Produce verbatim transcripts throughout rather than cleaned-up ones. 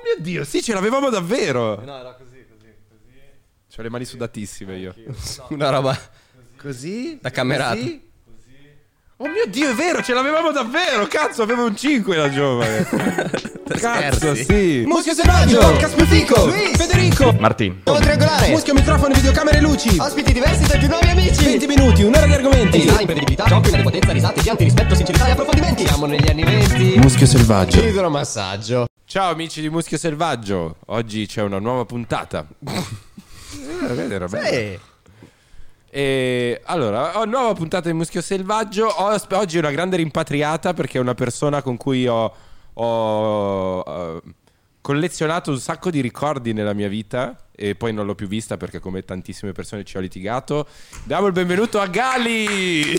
mio Dio, sì, ce l'avevamo davvero. No, era così, così, così. C'ho le mani sudatissime io. No. Una roba Così? da camerato. Così? Oh mio Dio, è vero, ce l'avevamo davvero. Cazzo, avevo un cinque da giovane. Cazzo, Scherzi? sì. Muschio selvaggio, Casputico, Federico, Martin. Nuovo triangolare, Muschio, microfono, videocamere, luci. ospiti diversi tra i più nuovi amici. venti minuti, un'ora di argomenti. Design, imprevedibilità, giochi, potenza, risate, pianti, rispetto, sincerità e approfondimenti. Siamo negli anni venti. Muschio selvaggio. Idromassaggio. Ciao amici di Muschio Selvaggio. Oggi c'è una nuova puntata. eh, vedi, era bello. Sì. E allora, ho nuova puntata di Muschio Selvaggio. Ho, oggi è una grande rimpatriata perché è una persona con cui ho, ho uh, collezionato un sacco di ricordi nella mia vita e poi non l'ho più vista perché come tantissime persone ci ho litigato. Diamo il benvenuto a Gali.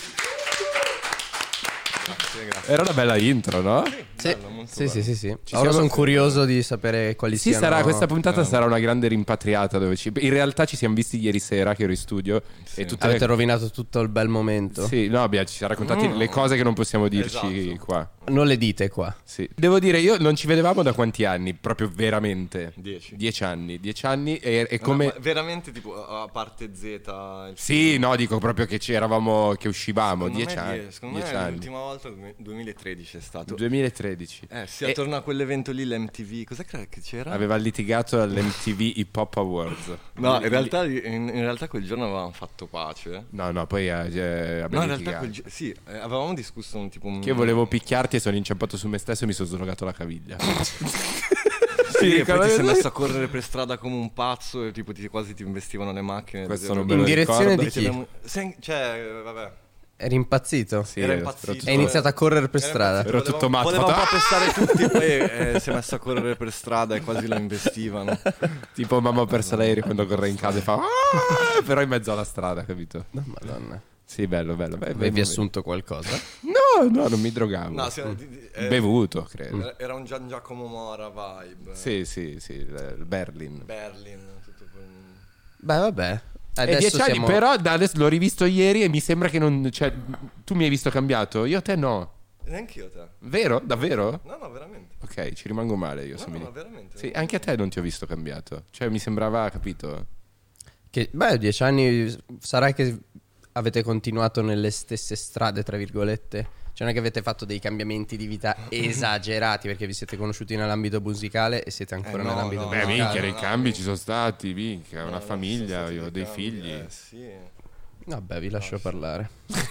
Grazie, grazie. Era una bella intro, no? Sì, Bello, molto sì, sì, sì, sì. Ci Ora siamo- sono curioso di sapere quali Sì, siano. sarà, questa puntata Eh. sarà una grande rimpatriata dove ci... In realtà ci siamo visti ieri sera che ero in studio e tutte Avete le... rovinato tutto il bel momento. Sì, no, abbiamo, ci siamo raccontati Mm. le cose che non possiamo dirci Esatto. qua. Non le dite qua. Sì. Devo dire, io non ci vedevamo da quanti anni? Proprio veramente? Dieci. Dieci anni. Dieci anni e, e come... No, ma veramente tipo a parte Z il Sì, no, dico proprio che ci eravamo, che uscivamo. Secondo Dieci me, anni. die- secondo Dieci me anni. l'ultima volta il duemilatredici è stato. duemilatredici. Eh sì, E attorno a quell'evento lì l'M T V. Cos'è che che c'era? aveva litigato all'M T V Hip Hop Awards. No, in realtà, in, in realtà quel giorno avevamo fatto pace. No, no, poi eh, eh, abbiamo No, in realtà litigato. quel gi- sì, eh, avevamo discusso un tipo un... Che io volevo picchiarti e sono inciampato su me stesso e mi sono slogato la caviglia. Sì, e poi ricordo- ti sei messo a correre per strada come un pazzo e tipo ti, quasi ti investivano le macchine. Questo Vedevo- non me lo In direzione ricordo. di e ti chi? abbiamo- Sei- Cioè, eh, vabbè. Eri impazzito? Sì, Era ero impazzito. tutto- È iniziato a correre per Era strada. impazzito, Ero tutto voleva- matto, Voleva un po' fatto- pestare tutti, poi eh, si è messo a correre per strada e quasi lo investivano. Tipo mamma ho perso l'aereo quando corre in casa e fa "Ah!" però in mezzo alla strada, capito? No, madonna. Sì, bello, bello. Beh, Avevi beh, assunto qualcosa? No, no, non mi drogavo. No, sì, di- di- eh, Bevuto, credo. Era, era un Gian Giacomo Mora vibe. Sì, sì, sì, il il Berlin. Berlin, tutto quel... Beh, vabbè. È Adesso dieci anni, siamo... però da adesso l'ho rivisto ieri e mi sembra che non... Cioè, tu mi hai visto cambiato, io a te no. Neanche io te. Vero? Davvero? No, no, veramente. Ok, ci rimango male io. No, se no, mi- no, veramente. Sì, anche a te non ti ho visto cambiato. Cioè, mi sembrava, capito? Che, beh, dieci anni sarà che avete continuato nelle stesse strade, tra virgolette. Cioè non è che avete fatto dei cambiamenti di vita esagerati perché vi siete conosciuti nell'ambito musicale e siete ancora Eh, no, nell'ambito no, Beh, musicale. minchia, no, dei no, cambi no. ci sono stati, minchia, una No, famiglia, ci sono stati io ho dei cambi, figli. Eh, sì. Vabbè, vi lascio parlare.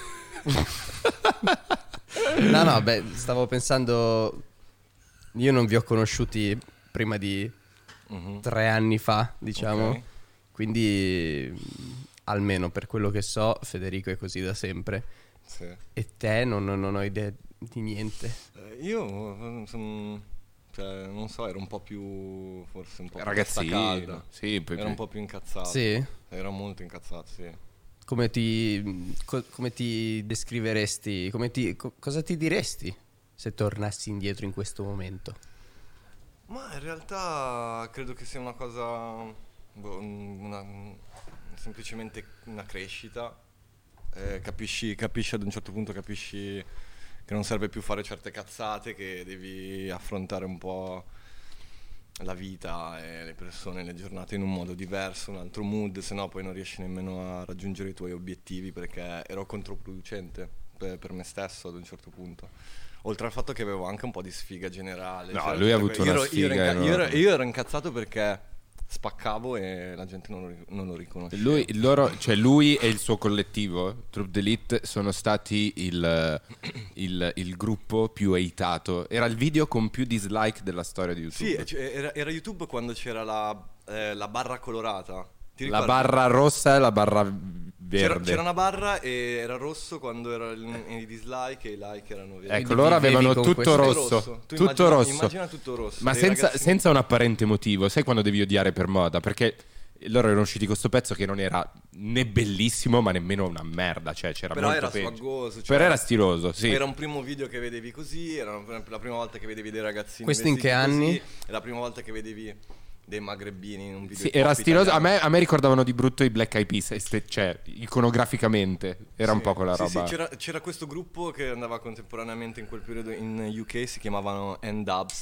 No, no, beh, stavo pensando. Io non vi ho conosciuti prima di Mhm. tre anni fa, diciamo. Ok. Quindi, mh, almeno per quello che so, Federico è così da sempre. Sì. E te non, non ho idea di niente. Eh, io eh, son- cioè, non so, ero un po' più forse un po' più Ragazzino, calda. sì, poi Era un po' più incazzato. Sì? Era molto incazzato, sì. Come ti, co- come ti descriveresti? Come ti, co- cosa ti diresti se tornassi indietro in questo momento? Ma in realtà credo che sia una cosa, boh, una- semplicemente una crescita. Eh, capisci, capisci ad un certo punto, capisci che non serve più fare certe cazzate, che devi affrontare un po' la vita e le persone, le giornate in un modo diverso, un altro mood, se no poi non riesci nemmeno a raggiungere i tuoi obiettivi perché ero controproducente per, per me stesso ad un certo punto. Oltre al fatto che avevo anche un po' di sfiga generale. No, cioè, lui ha tutte avuto que- io una ero- io ero sfiga inca- io ero, enorme. io ero incazzato perché spaccavo e la gente non lo, ric- non lo riconosceva. Lui, il loro, cioè lui e il suo collettivo, Troop Delete, sono stati il, il, il gruppo più hateato. Era il video con più dislike della storia di YouTube. Sì, e cioè, era, era YouTube quando c'era la, eh, la barra colorata. Ti La ricordi? barra rossa e la barra C'era, verde. c'era una barra e era rosso quando era il- i dislike e i like erano verdi. Ecco, Quindi loro vivevi avevano con tutto questo- rosso. Tu Tutto immagina, rosso. Immagina tutto rosso. Ma dei senza, ragazzini- senza un apparente motivo. Sai quando devi odiare per moda? Perché loro erano usciti con questo pezzo che non era né bellissimo ma nemmeno una merda. Cioè c'era Però molto era peggio. swaggoso, cioè- Però era stiloso, sì. Era un primo video che vedevi così, era la prima volta che vedevi dei ragazzini Questo in vestiti che così, anni? È la prima volta che vedevi dei magrebini in un video Sì, hip era hop stiloso. A italiano. me, a me ricordavano di brutto i Black Eyed Peas, este- cioè iconograficamente. Era un Sì, po' quella sì, roba. sì, c'era, c'era questo gruppo che andava contemporaneamente in quel periodo in U K, si chiamavano N-Dubs.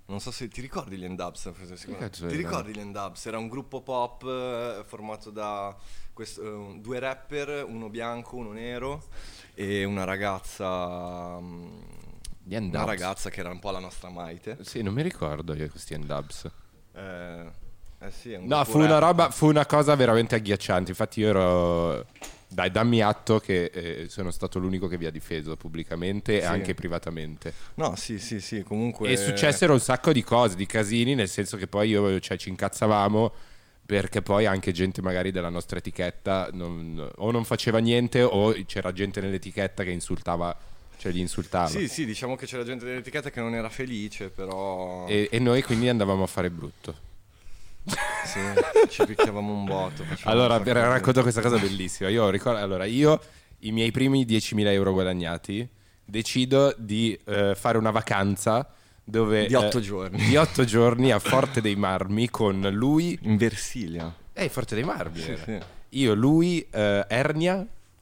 Non so se ti ricordi gli N-Dubs. cazzo Ti era? ricordi gli N-Dubs? Era un gruppo pop eh, formato da questo, eh, due rapper, uno bianco, uno nero e una ragazza. mm, Gli Una N-Dubs. ragazza che era un po' la nostra Maite. Sì, non mi ricordo io questi N-Dubs. Eh, eh sì, è un No, gruppo fu una rap. roba, fu una cosa veramente agghiacciante. Infatti io ero... Dai, dammi atto che eh, sono stato l'unico che vi ha difeso pubblicamente e Sì. anche privatamente. No, sì, sì, sì, comunque. E successero un sacco di cose, di casini, nel senso che poi io, cioè, ci incazzavamo perché poi anche gente magari della nostra etichetta non- o non faceva niente o c'era gente nell'etichetta che insultava, cioè gli insultava. Sì, sì, diciamo che c'era gente dell'etichetta che non era felice, però. E, e noi quindi andavamo a fare brutto. Sì, ci picchiavamo un botto. facevamo Allora, un vi sacco di- racconto questa cosa bellissima. Io ricordo, allora, io i miei primi diecimila euro guadagnati decido di eh, fare una vacanza dove Di otto eh, giorni. di otto giorni a Forte dei Marmi con lui. In Versilia. Eh, Forte dei Marmi. Sì, era. sì. Io, lui, eh, Ernia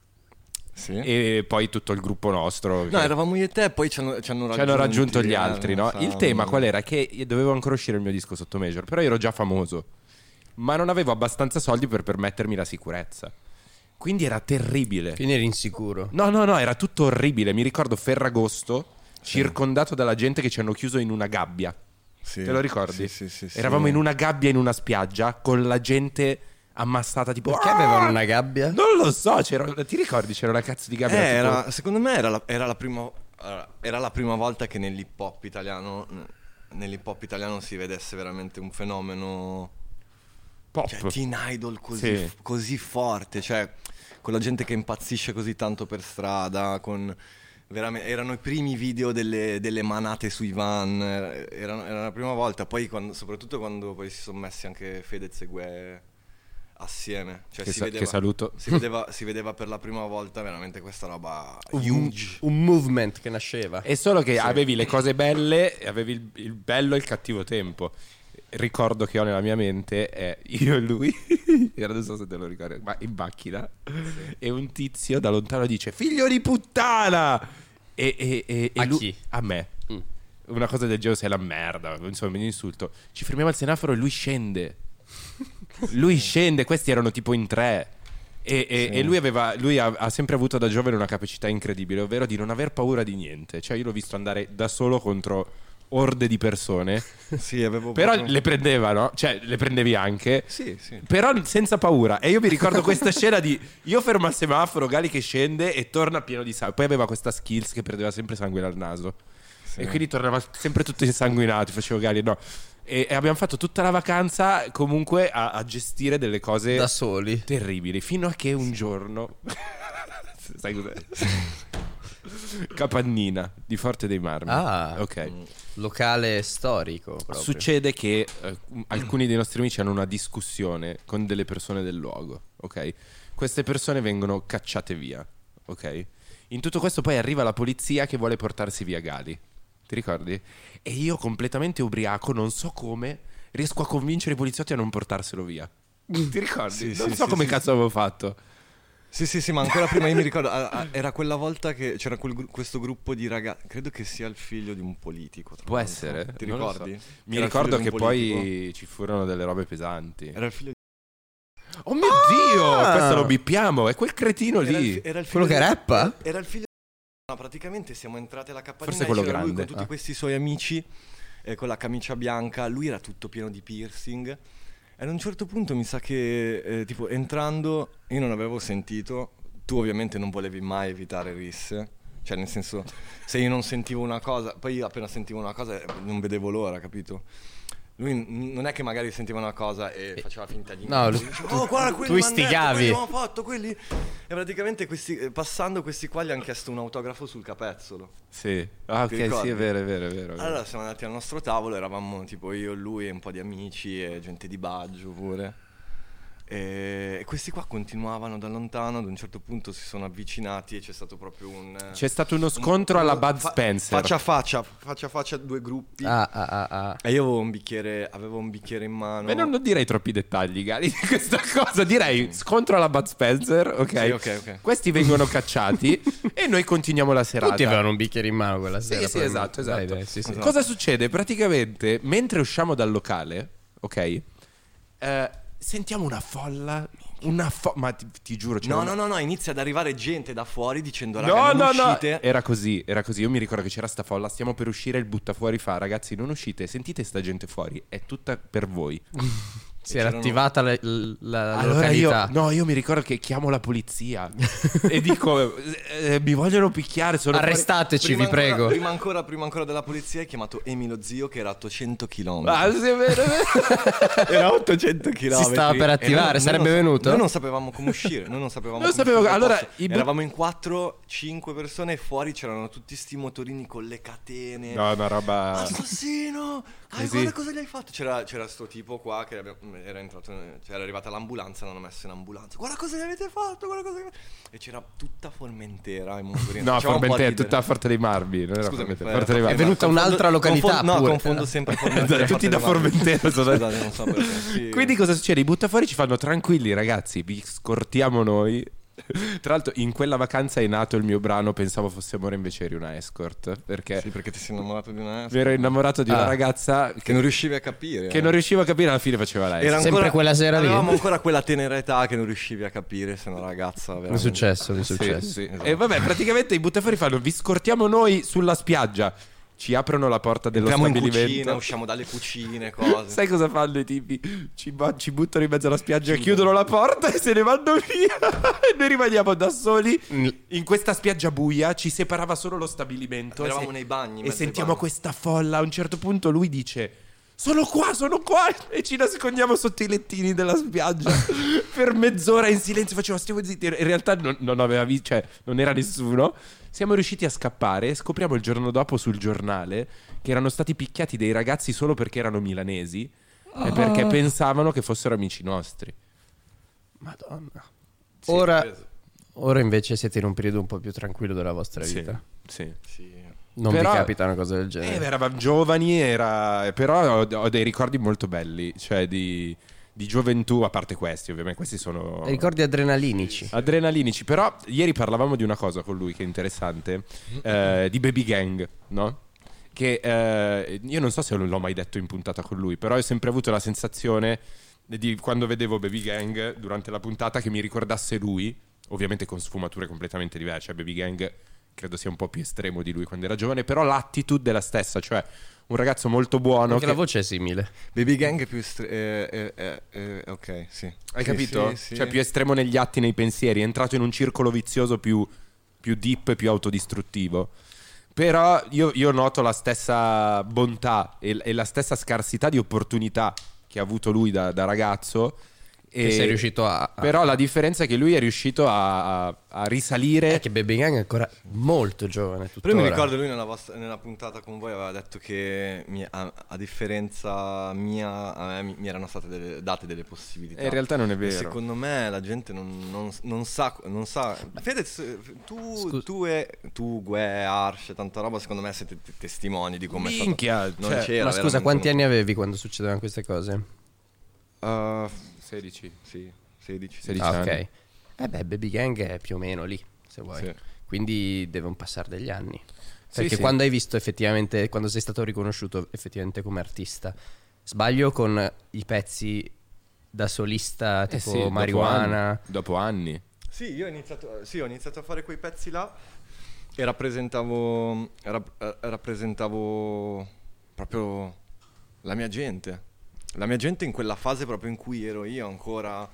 Sì. e poi tutto il gruppo nostro. No, che- eravamo io e te, poi ci hanno, ci hanno ci hanno raggiunto raggiunti, gli eh, altri, no? non Il so, tema qual era? Che io dovevo ancora uscire il mio disco sotto Major, però ero già famoso, ma non avevo abbastanza soldi per permettermi la sicurezza. Quindi era terribile. Quindi eri insicuro. No, no, no, era tutto orribile. Mi ricordo Ferragosto, circondato dalla gente che ci hanno chiuso in una gabbia. Sì. Te lo ricordi? Sì, sì, sì, sì. Eravamo in una gabbia in una spiaggia con la gente ammassata tipo... Perché "Ah!" avevano una gabbia? Non lo so, c'era... ti ricordi c'era una cazzo di Eh, gabbia? tipo- era, secondo me era la, era la prima allora, era la prima volta che nell'hip hop italiano nell'hip hop italiano si vedesse veramente un fenomeno, Pop. cioè, teen idol così, Sì. così forte, cioè con la gente che impazzisce così tanto per strada, con veramente, erano i primi video delle, delle manate sui van, era, era la prima volta, poi quando, soprattutto quando poi si sono messi anche Fedez e Gue assieme, cioè Che si sa- vedeva, che saluto. si vedeva, si vedeva per la prima volta veramente questa roba Un, huge. un movement che nasceva. È solo che avevi le cose belle e avevi il, il bello e il cattivo tempo. Ricordo che ho nella mia mente è io e lui, io non so se te lo ricordi, ma in macchina, e un tizio da lontano dice figlio di puttana! E, e, e, e A lui- chi? A me. Mm. Una cosa del genere, sei la merda, insomma, un insulto. Ci fermiamo al semaforo e lui scende. Lui scende, questi erano tipo in tre. E, e- e lui, aveva, lui ha, ha sempre avuto da giovane una capacità incredibile, ovvero di non aver paura di niente. Cioè, io l'ho visto andare da solo contro orde di persone. Sì, avevo Però proprio- le prendevano, cioè le prendevi anche. Sì, sì. Però senza paura. E io mi ricordo questa scena di io fermo al semaforo, Gali che scende e torna pieno di sangue. Poi aveva questa skills che perdeva sempre sangue dal naso. E quindi tornava sempre tutto insanguinato. Facevo Gali, no. E, e abbiamo fatto tutta la vacanza comunque a, a gestire delle cose Da soli. terribili. Fino a che un giorno. Sai cos'è? Capannina di Forte dei Marmi. Ah. Ok. Locale storico proprio. Succede che eh, alcuni dei nostri amici hanno una discussione con delle persone del luogo, ok? Queste persone vengono cacciate via, ok? In tutto questo poi arriva la polizia che vuole portarsi via Gali. Ti ricordi? E io completamente ubriaco, non so come, riesco a convincere i poliziotti a non portarselo via. Ti ricordi? Sì, non sì, so sì, come sì, cazzo avevo fatto. Sì, sì, sì, ma ancora prima io mi ricordo, ah, ah, era quella volta che c'era quel gru- questo gruppo di ragazzi, credo che sia il figlio di un politico. tra Può l'altro. essere? Ti Non lo ricordi? so. Mi Era il ricordo figlio di che un politico. poi ci furono delle robe pesanti. Era il figlio di... Oh mio Dio! Questo lo bippiamo, è quel cretino Era lì. il, fi- era il Quello figlio che di- rappa? Era il figlio di... No, praticamente siamo entrati alla cappellina Forse e quello c'era lui grande. con tutti Ah. questi suoi amici eh, con la camicia bianca, lui era tutto pieno di piercing e ad un certo punto mi sa che eh, tipo entrando io non avevo sentito, tu ovviamente non volevi mai evitare risse, cioè nel senso se io non sentivo una cosa, poi io appena sentivo una cosa eh, non vedevo l'ora, capito? Lui n- non è che magari sentiva una cosa e faceva finta di No, niente. lui- Diceva, oh, guarda, quelli tu m'han detto, istigavi. quelli abbiamo fatto, quelli... E praticamente questi, eh, passando questi qua gli hanno chiesto un autografo sul capezzolo. Sì. Ah, Ti ok, sì, ricordi? è vero, è vero, è vero. è vero. Allora siamo andati al nostro tavolo, eravamo tipo io, lui e un po' di amici e gente di Baggio pure. E questi qua continuavano da lontano, ad un certo punto si sono avvicinati e c'è stato proprio un... C'è stato uno scontro alla Bud fa- Spencer. Faccia a faccia, faccia a faccia due gruppi. Ah, ah, ah, ah. E io avevo un bicchiere, avevo un bicchiere in mano. Ma non, non direi troppi dettagli, Gali, di questa cosa. Direi scontro alla Bud Spencer, ok? Sì, ok, ok. Questi vengono cacciati e noi continuiamo la serata. Tutti avevano un bicchiere in mano quella Sì, sera. sì, esatto, esatto. probabilmente. Dai, dai, sì, sì. Cosa succede? Praticamente, mentre usciamo dal locale, ok? Eh, sentiamo una folla. Una fo- Ma ti, ti giuro, c'era No, una- no, no, no, inizia ad arrivare gente da fuori dicendo raga, No, non no, no. uscite. Era così, era così. Io mi ricordo che c'era sta folla. Stiamo per uscire. Il buttafuori fa: ragazzi, non uscite. Sentite sta gente fuori. È tutta per voi. Si era c'erano- attivata la, la- la Allora io, località. no, io mi ricordo che chiamo la polizia e dico: eh, mi vogliono picchiare. Sono fuori- Arrestateci, Prima vi ancora- prego. Prima ancora, prima ancora della polizia hai chiamato Emilio Zio che era a ottocento chilometri. Ah, sì, è vero, è vero. Era a ottocento chilometri. stava per E attivare, noi- sarebbe noi non- venuto? Noi non sapevamo come uscire. Noi non sapevamo Non come sapevo- uscire dal allora, posto. i bu- Eravamo in quattro, cinque persone e fuori c'erano tutti sti motorini con le catene. No, è una roba. Assassino! Ah, Sì, guarda sì. cosa gli hai fatto? C'era, c'era sto tipo qua che abbiamo- era entrato, cioè era arrivata l'ambulanza, l'hanno messo in ambulanza. Guarda cosa gli avete fatto, guarda cosa gli avete... E c'era tutta Formentera in Montorino. No, Faceva un po' Formentera è ridere. tutta a Forte dei Marmi. Non era Scusami, Formentera, era Forte dei Formentera. Marmi. È venuta Confondo- un'altra località confondo- No, pure. confondo sempre Formentera e Tutti da Forte dei Marmi. Formentera sono- Scusate, non so perché. Sì. Quindi cosa succede? I buttafuori ci fanno tranquilli, ragazzi. Vi scortiamo noi. Tra l'altro, in quella vacanza è nato il mio brano. Pensavo fosse amore, invece eri una escort. Perché Sì, perché ti sei innamorato di una mi ero innamorato di una Ah. ragazza che che, non riuscivi a capire. che eh. non riuscivo a capire. Alla fine faceva la Era escort. Sempre quella sera lì? Avevamo ancora quella tenera età che non riuscivi a capire se una ragazza Mi è veramente... successo, mi è Sì, successo. sì. Esatto. E vabbè, praticamente i buttafuori fanno: vi scortiamo noi sulla spiaggia. Ci aprono la porta dello Entriamo in stabilimento. cucina, usciamo dalle cucine, cose. Sai cosa fanno i tipi? Ci, ba- ci buttano in mezzo alla spiaggia, chiudono la porta e se ne vanno via. E noi rimaniamo da soli in questa spiaggia buia. Ci separava solo lo stabilimento. Eravamo e nei bagni, in E mezzo ai sentiamo bagni. questa folla. A un certo punto lui dice: sono qua, sono qua. E ci nascondiamo sotto i lettini della spiaggia. Per mezz'ora in silenzio facevo: stiamo zitti. In realtà non, non aveva visto, cioè non era nessuno. Siamo riusciti a scappare e scopriamo il giorno dopo sul giornale che erano stati picchiati dei ragazzi solo perché erano milanesi e perché pensavano che fossero amici nostri. Madonna. Sì, ora, preso. ora invece siete in un periodo un po' più tranquillo della vostra Sì, vita. sì. Sì. Non Però- vi capita una cosa del Eh, genere. eravamo giovani, era... però ho, ho dei ricordi molto belli, cioè di, di gioventù, a parte questi ovviamente, questi sono... Ricordi adrenalinici. Adrenalinici, però ieri parlavamo di una cosa con lui che è interessante, eh, di Baby Gang, no? Che eh, io non so se l'ho mai detto in puntata con lui, però ho sempre avuto la sensazione di quando vedevo Baby Gang durante la puntata che mi ricordasse lui, ovviamente con sfumature completamente diverse. Cioè Baby Gang credo sia un po' più estremo di lui quando era giovane, però l'attitude è la stessa, cioè un ragazzo molto buono. Anche che... la voce è simile. Baby Gang è più... Stre- eh, eh, eh, eh, ok, sì. Hai Sì, capito? sì, sì. Cioè più estremo negli atti, nei pensieri, è entrato in un circolo vizioso più, più deep e più autodistruttivo. Però io, io noto la stessa bontà e, e la stessa scarsità di opportunità che ha avuto lui da, da ragazzo. Che E- sei riuscito a... a- Però la differenza è che lui è riuscito a, a- a risalire. È che Baby Gang è ancora molto giovane Però tuttora. io mi ricordo lui nella, vostra- nella puntata con voi aveva detto che mi- a, a differenza mia a me mi, mi erano state delle- date delle possibilità. E in realtà non è E vero. secondo me la gente non, non- non sa, non sa. Fedez, tu, Scusa. tu e tu, Gue, Arsh, tanta roba, secondo me siete te- testimoni di come è stato. Minchia, Non cioè, c'era Ma scusa, veramente quanti uno- anni avevi quando succedevano queste cose? Uh, sedici. sì, sedici. sedici Ah, anni. ok. Eh beh, Baby Gang è più o meno lì, se vuoi. Sì. Quindi devono passare degli anni. Sì, Perché sì. quando hai visto effettivamente, quando sei stato riconosciuto effettivamente come artista, sbaglio con i pezzi da solista Eh tipo sì, dopo Marijuana. anni. Dopo anni. Sì, io ho iniziato, sì, ho iniziato a fare quei pezzi là e rappresentavo, rap- eh, rappresentavo proprio la mia gente. La mia gente in quella fase proprio in cui ero io ancora...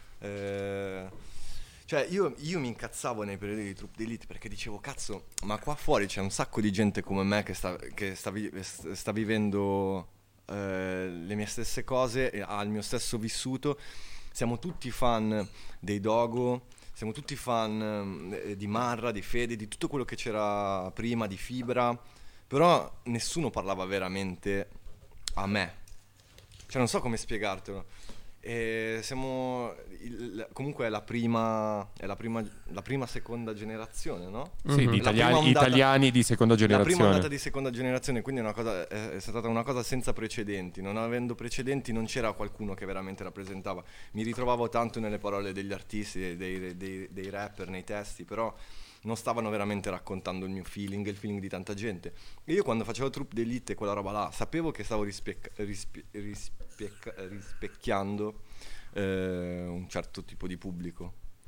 eh, cioè io, io mi incazzavo nei periodi di Troupe d'Elite perché dicevo cazzo, ma qua fuori c'è un sacco di gente come me che sta, che sta, vi- sta vivendo eh, le mie stesse cose, e ha il mio stesso vissuto. Siamo tutti fan dei Dogo, siamo tutti fan eh, di Marra, di Fede, di tutto quello che c'era prima, di Fibra, però nessuno parlava veramente a me. Cioè non so come spiegartelo. E siamo il- comunque è la prima è la prima la prima seconda generazione, no? Sì, Mhm. di La italiani, prima ondata- italiani di seconda La prima generazione. ondata di seconda generazione, quindi è una cosa è, è stata una cosa senza precedenti. Non avendo precedenti non c'era qualcuno che veramente rappresentava. Mi ritrovavo tanto nelle parole degli artisti, dei, dei, dei rapper, nei testi, però non stavano veramente raccontando il mio feeling e il feeling di tanta gente. E io quando facevo Troupe d'Elite e quella roba là, sapevo che stavo rispecca- rispe- rispecca- rispecchiando eh, un certo tipo di pubblico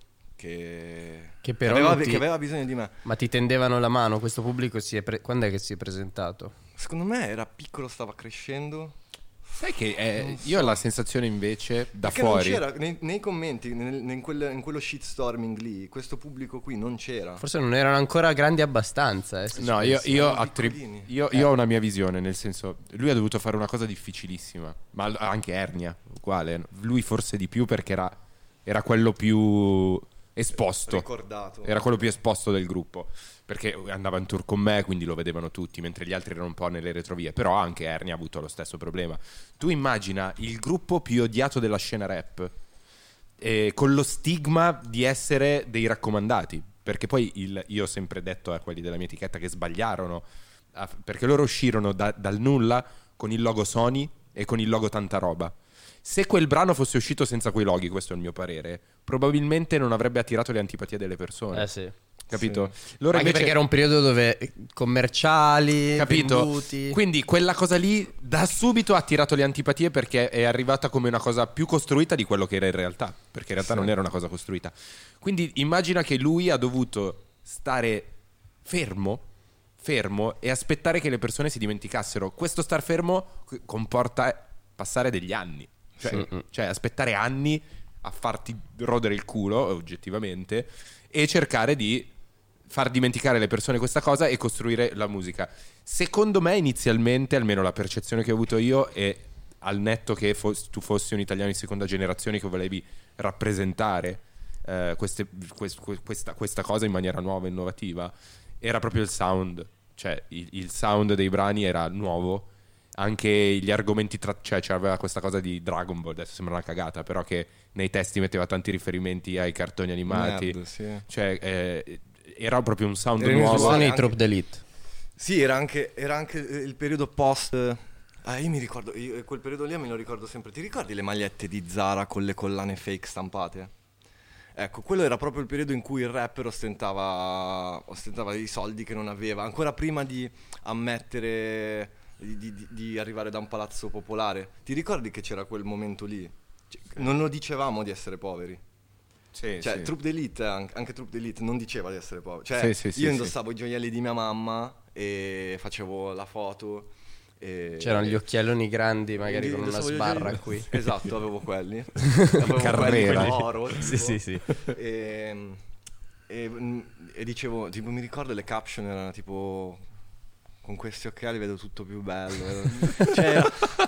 che, Che però aveva, non ti- che aveva bisogno di me. Ma ti tendevano la mano, questo pubblico si è pre- quando è che si è presentato? Secondo me era piccolo, stava crescendo. Sai che eh, Non io ho so. la sensazione invece da Perché fuori. non c'era nei, nei commenti, nel- in, quel- in quello shitstorming lì, questo pubblico qui non c'era. Forse non erano ancora grandi abbastanza, eh, se ci No, io, pensi. io, erano attrib- piccolini. io, io ho una mia visione, nel senso, lui ha dovuto fare una cosa difficilissima, ma l- anche Ernia, uguale. Lui forse di più perché era, era quello più esposto. Ricordato. Era quello più esposto del gruppo, perché andava in tour con me, quindi lo vedevano tutti, mentre gli altri erano un po' nelle retrovie. Però anche Ernia ha avuto lo stesso problema. Tu immagina il gruppo più odiato della scena rap, eh, con lo stigma di essere dei raccomandati. Perché poi il- io ho sempre detto a quelli della mia etichetta che sbagliarono, a- perché loro uscirono da- dal nulla con il logo Sony e con il logo Tanta Roba. Se quel brano fosse uscito senza quei loghi, questo è il mio parere, probabilmente non avrebbe attirato le antipatie delle persone. Eh sì. Capito? Loro Anche invece- perché era un periodo dove commerciali, Capito? venduti. Quindi quella cosa lì da subito ha attirato le antipatie perché è arrivata come una cosa più costruita di quello che era in realtà, perché in realtà Sì. non era una cosa costruita. Quindi immagina che lui ha dovuto stare fermo, fermo e aspettare che le persone si dimenticassero. Questo star fermo c- comporta passare degli anni. Cioè, Sì. cioè aspettare anni a farti rodere il culo, oggettivamente, e cercare di far dimenticare le persone questa cosa e costruire la musica. Secondo me inizialmente, almeno la percezione che ho avuto io, è al netto che fos- tu fossi un italiano di seconda generazione che volevi rappresentare eh, queste- quest- questa, questa cosa in maniera nuova, innovativa, era proprio il sound. Cioè il, il sound dei brani era nuovo, anche gli argomenti tra- cioè c'aveva questa cosa di Dragon Ball, adesso sembra una cagata, però che nei testi metteva tanti riferimenti ai cartoni animati. Nerd, sì. Cioè eh, era proprio un sound Era nuovo. Sono inusuale. i anche- Troupe d'Elite. Sì, era anche, era anche il periodo post. Ah, io mi ricordo, io, quel periodo lì me lo ricordo sempre. Ti ricordi le magliette di Zara con le collane fake stampate? Ecco, quello era proprio il periodo in cui il rapper ostentava, ostentava i soldi che non aveva, ancora prima di ammettere di, di- di arrivare da un palazzo popolare. Ti ricordi che c'era quel momento lì? Cioè, non lo dicevamo di essere poveri. Sì, Cioè, sì. Troupe d'Elite, anche, anche Troupe d'Elite non diceva di essere povero. Cioè, Sì, sì, sì, io sì. indossavo i gioielli di mia mamma e facevo la foto. E... C'erano gli occhialoni grandi, magari con una Indossavo gli sbarra occhiali- qui. Esatto, avevo quelli. Avevo Carrera. quelli oro. tipo. Sì, sì, sì. E, e, e dicevo, tipo, mi ricordo le caption erano tipo... Con questi occhiali vedo tutto più bello. Cioè,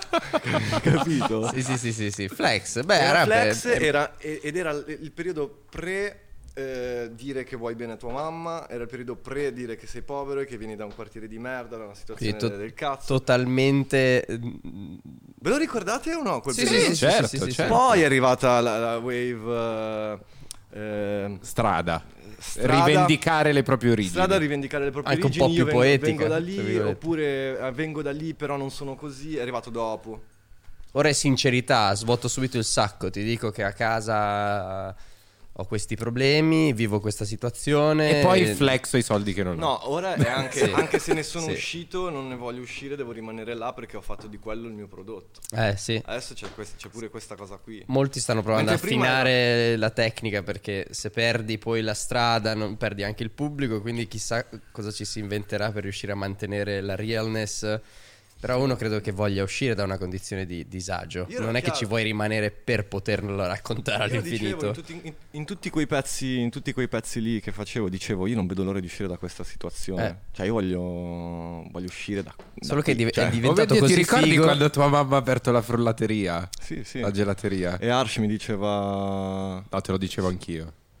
capito? Sì, sì, sì, sì, sì. Flex. Beh, Era era flex per- era- ed era il il periodo pre eh, dire che vuoi bene a tua mamma, era il periodo pre dire che sei povero e che vieni da un quartiere di merda, da una situazione Quindi to- del cazzo. totalmente. Ve lo ricordate o no quel Sì, periodo? sì, sì, certo, sì, sì, sì. certo. Poi è arrivata la, la wave eh, eh, Strada. strada- Rivendicare le proprie origini. strada a rivendicare le proprie Anche un po' origini. Io più vengo, poetica, vengo da tra lì, virgolette. oppure eh, vengo da lì però non sono così, è arrivato dopo. Ora è sincerità, svuoto subito il sacco. Ti dico che a casa ho questi problemi, vivo questa situazione. E poi flexo i soldi che non ho. No, ora è anche, Sì. anche se ne sono Sì. uscito, non ne voglio uscire, devo rimanere là perché ho fatto di quello il mio prodotto. Eh sì. Adesso c'è, quest- c'è pure questa cosa qui. Molti stanno provando Mentre a prima affinare la tecnica, perché se perdi poi la strada non perdi anche il pubblico, quindi chissà cosa ci si inventerà per riuscire a mantenere la realness. Però uno credo che voglia uscire da una condizione di disagio. Io ero Non è che chiaro. ci vuoi rimanere per poterlo raccontare Io dicevo, all'infinito. in, tutti, in- in tutti quei pezzi, in tutti quei pezzi lì che facevo, dicevo io non vedo l'ora di uscire da questa situazione. Eh. Cioè io voglio, voglio uscire da, da Solo che qui. div- Cioè, è diventato Ovvio, così ti ricordi figo. quando tua mamma ha aperto la frullateria? Sì, sì. La gelateria? E Arsh mi diceva No, te lo dicevo anch'io.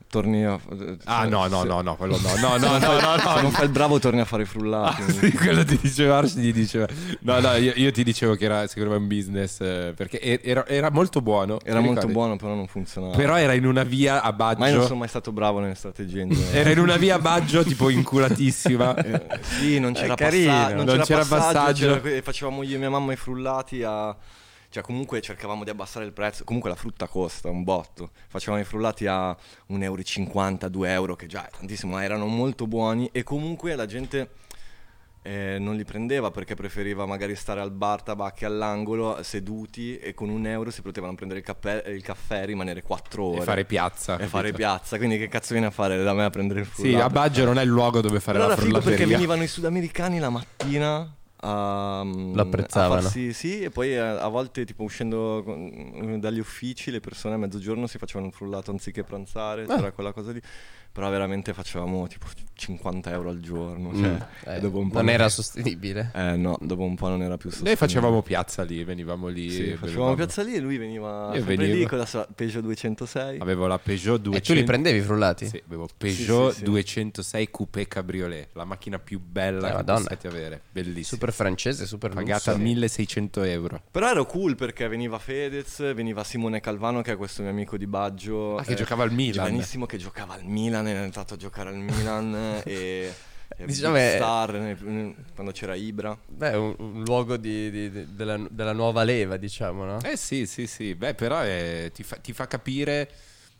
torni a... Ah cioè, no no se- no no quello no no no no no Se no non fai il bravo torni a fare i frullati. Ah, sì, quello ti diceva Arsh, gli diceva no no io, io ti dicevo che era secondo me un business eh, perché e- era, era molto buono Era ti molto ricordi? buono, però non funzionava. Però era in una via a Ma io non sono Baggio mai stato bravo nelle strategie in generale. era in una via a Baggio tipo inculatissima Eh, sì, non c'era, carino. passa- non Non c'era c'era passaggio, passaggio. c'era que- facevamo io e mia mamma i frullati a... Cioè comunque cercavamo di abbassare il prezzo. Comunque la frutta costa un botto. Facevamo i frullati a un euro e cinquanta, due euro, che già è tantissimo, ma erano molto buoni. E comunque la gente eh, non li prendeva perché preferiva magari stare al bar tabacchi all'angolo seduti, e con un euro si potevano prendere il, caffè, il caffè e rimanere quattro ore e fare piazza e fare capito? piazza. Quindi che cazzo viene a fare da me a prendere il Sì, frullato? a Baggio non è il luogo dove fare Però la era figo perché frullateria. venivano i sudamericani la mattina a, Lo apprezzavano. a farsi, sì, e poi a, a volte tipo uscendo con- dagli uffici le persone a mezzogiorno si facevano un frullato anziché pranzare, c'era quella cosa lì. Però veramente facevamo tipo cinquanta euro al giorno, cioè, Eh, e dopo un po' non era sostenibile. Eh no, dopo un po' non era più sostenibile. Noi facevamo piazza lì, venivamo lì. Sì, e facevamo bevevamo. piazza lì e lui veniva Io sempre venivo. lì con la sua Peugeot duecentosei. Avevo la Peugeot duecento. E tu li prendevi i frullati? Sì, avevo Peugeot Sì, sì, sì. duecentosei Coupé Cabriolet, la macchina più bella Eh, che Madonna. possiate avere, bellissima. Super francese, super Pagata lusso. milleseicento euro. Però ero cool perché veniva Fedez, veniva Simone Calvano, che è questo mio amico di Baggio. Ah, che giocava al Milan. Giovanissimo, che giocava al Milan, è entrato a giocare al Milan e, e Diciamo Big è- Star nel- quando c'era Ibra. Beh, un, un luogo di- di- di- della, della nuova leva, diciamo, no? Eh sì, sì, sì. Beh, però è- ti, fa, ti fa capire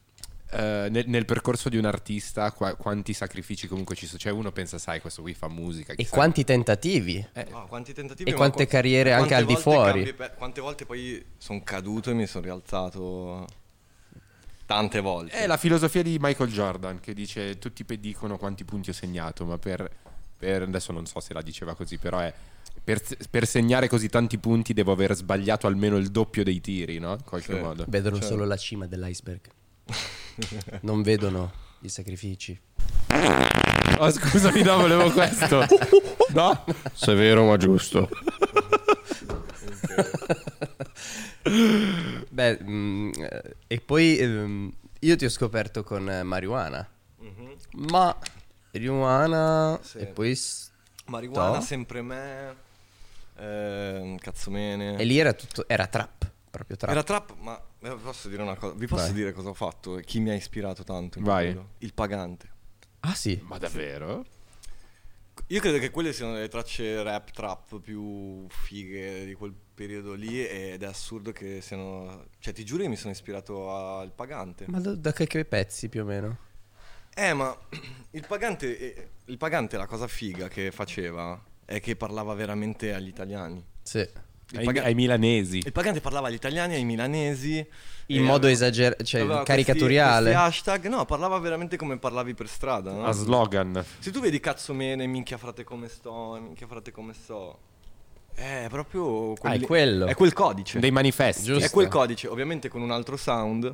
eh, nel, nel percorso di un artista qua- quanti sacrifici comunque ci sono. Cioè uno pensa, sai, questo qui fa musica. E chissà- quanti tentativi? Eh, Wow, quanti tentativi, E ma quante qua- carriere quante anche al di volte fuori. cambi pe- quante volte poi sono caduto e mi sono rialzato tante volte. È la filosofia di Michael Jordan che dice tutti pe- dicono quanti punti ho segnato, ma per, per- adesso non so se la diceva così, però è per, per segnare così tanti punti devo aver sbagliato almeno il doppio dei tiri, no? In qualche Sì. modo. Vedono Certo. solo la cima dell'iceberg. Non vedono i sacrifici. Oh, scusami, no, volevo questo. No? Severo ma giusto. Beh, mm, eh, e poi ehm, io ti ho scoperto con eh, marijuana. Ma marijuana Sì. e poi s- Marijuana, to- sempre me, ehm, cazzomene. e lì era tutto era trap, proprio trap. Era trap, ma eh, posso dire una cosa? Vi posso Vai. dire cosa ho fatto? e Chi mi ha ispirato tanto in Vai. quello? Il Pagante. Ah sì. Ma davvero? Io credo che quelle siano le tracce rap trap più fighe di quel periodo lì, ed è assurdo che siano... Cioè ti giuro che mi sono ispirato al Pagante. Ma da, da che, che pezzi più o meno? Eh ma il Pagante, eh, il Pagante la cosa figa che faceva è che parlava veramente agli italiani. Sì. Il, Ai, Paga- ai milanesi. il Pagante parlava agli italiani, ai milanesi. In e modo aveva- esagerato, cioè aveva caricatoriale. Questi, questi hashtag, no, parlava veramente come parlavi per strada, no? A slogan. Se tu vedi cazzo mene, minchia frate come sto, minchia frate come sto. È proprio Ah, è lì- quello. È quel codice. Dei manifesti. Giusto. È quel codice, ovviamente con un altro sound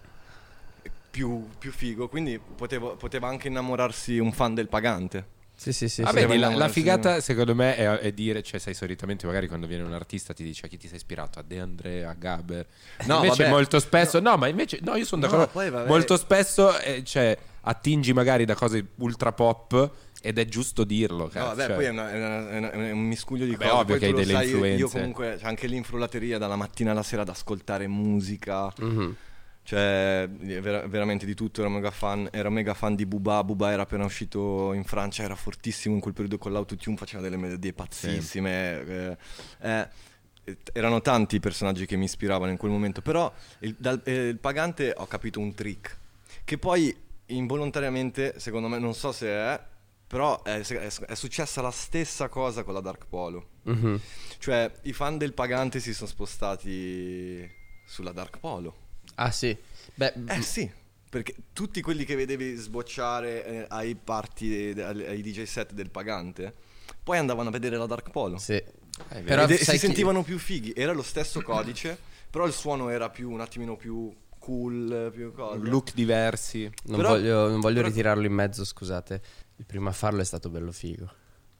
più, più figo, quindi potevo- poteva anche innamorarsi un fan del Pagante. Sì, sì, sì. Ah, sì. vedi, la, Vogliamo la essere- figata secondo me è, è dire, cioè sai solitamente magari quando viene un artista ti dice a chi ti sei ispirato, a De André, a Gaber. No, invece vabbè. molto spesso, no, ma invece, no, io sono No, d'accordo, poi vabbè. molto spesso eh, cioè, attingi magari da cose ultra pop ed è giusto dirlo, No, cazzo, vabbè, cioè. poi è, una- è una- è una- è un miscuglio di Vabbè, cose. ovvio Poi che tu hai lo delle sai, io- Io influenze. comunque, c'è anche lì in frullateria dalla mattina alla sera ad ascoltare musica. Mhm. Cioè, ver- veramente di tutto. Ero mega fan. Ero mega fan di Booba. Booba era appena uscito in Francia, era fortissimo in quel periodo con l'autotune, faceva delle melodie pazzissime. eh, eh, erano tanti i personaggi che mi ispiravano in quel momento. Però il, dal, eh, il Pagante ho capito un trick che poi involontariamente, secondo me, non so se è, però è, è, è successa la stessa cosa con la Dark Polo. Mhm. Cioè, i fan del Pagante si sono spostati sulla Dark Polo. Ah sì. Beh, Eh sì, perché tutti quelli che vedevi sbocciare eh, ai party, eh, ai ai D J set del Pagante, poi andavano a vedere la Dark Polo. sì. vero. Però Ed- e sai si chi- sentivano più fighi, era lo stesso codice, però il suono era più un attimino più cool, più cosa. Look diversi. Non Però- voglio, non voglio però- ritirarlo in mezzo, scusate. Il primo a farlo è stato bello figo.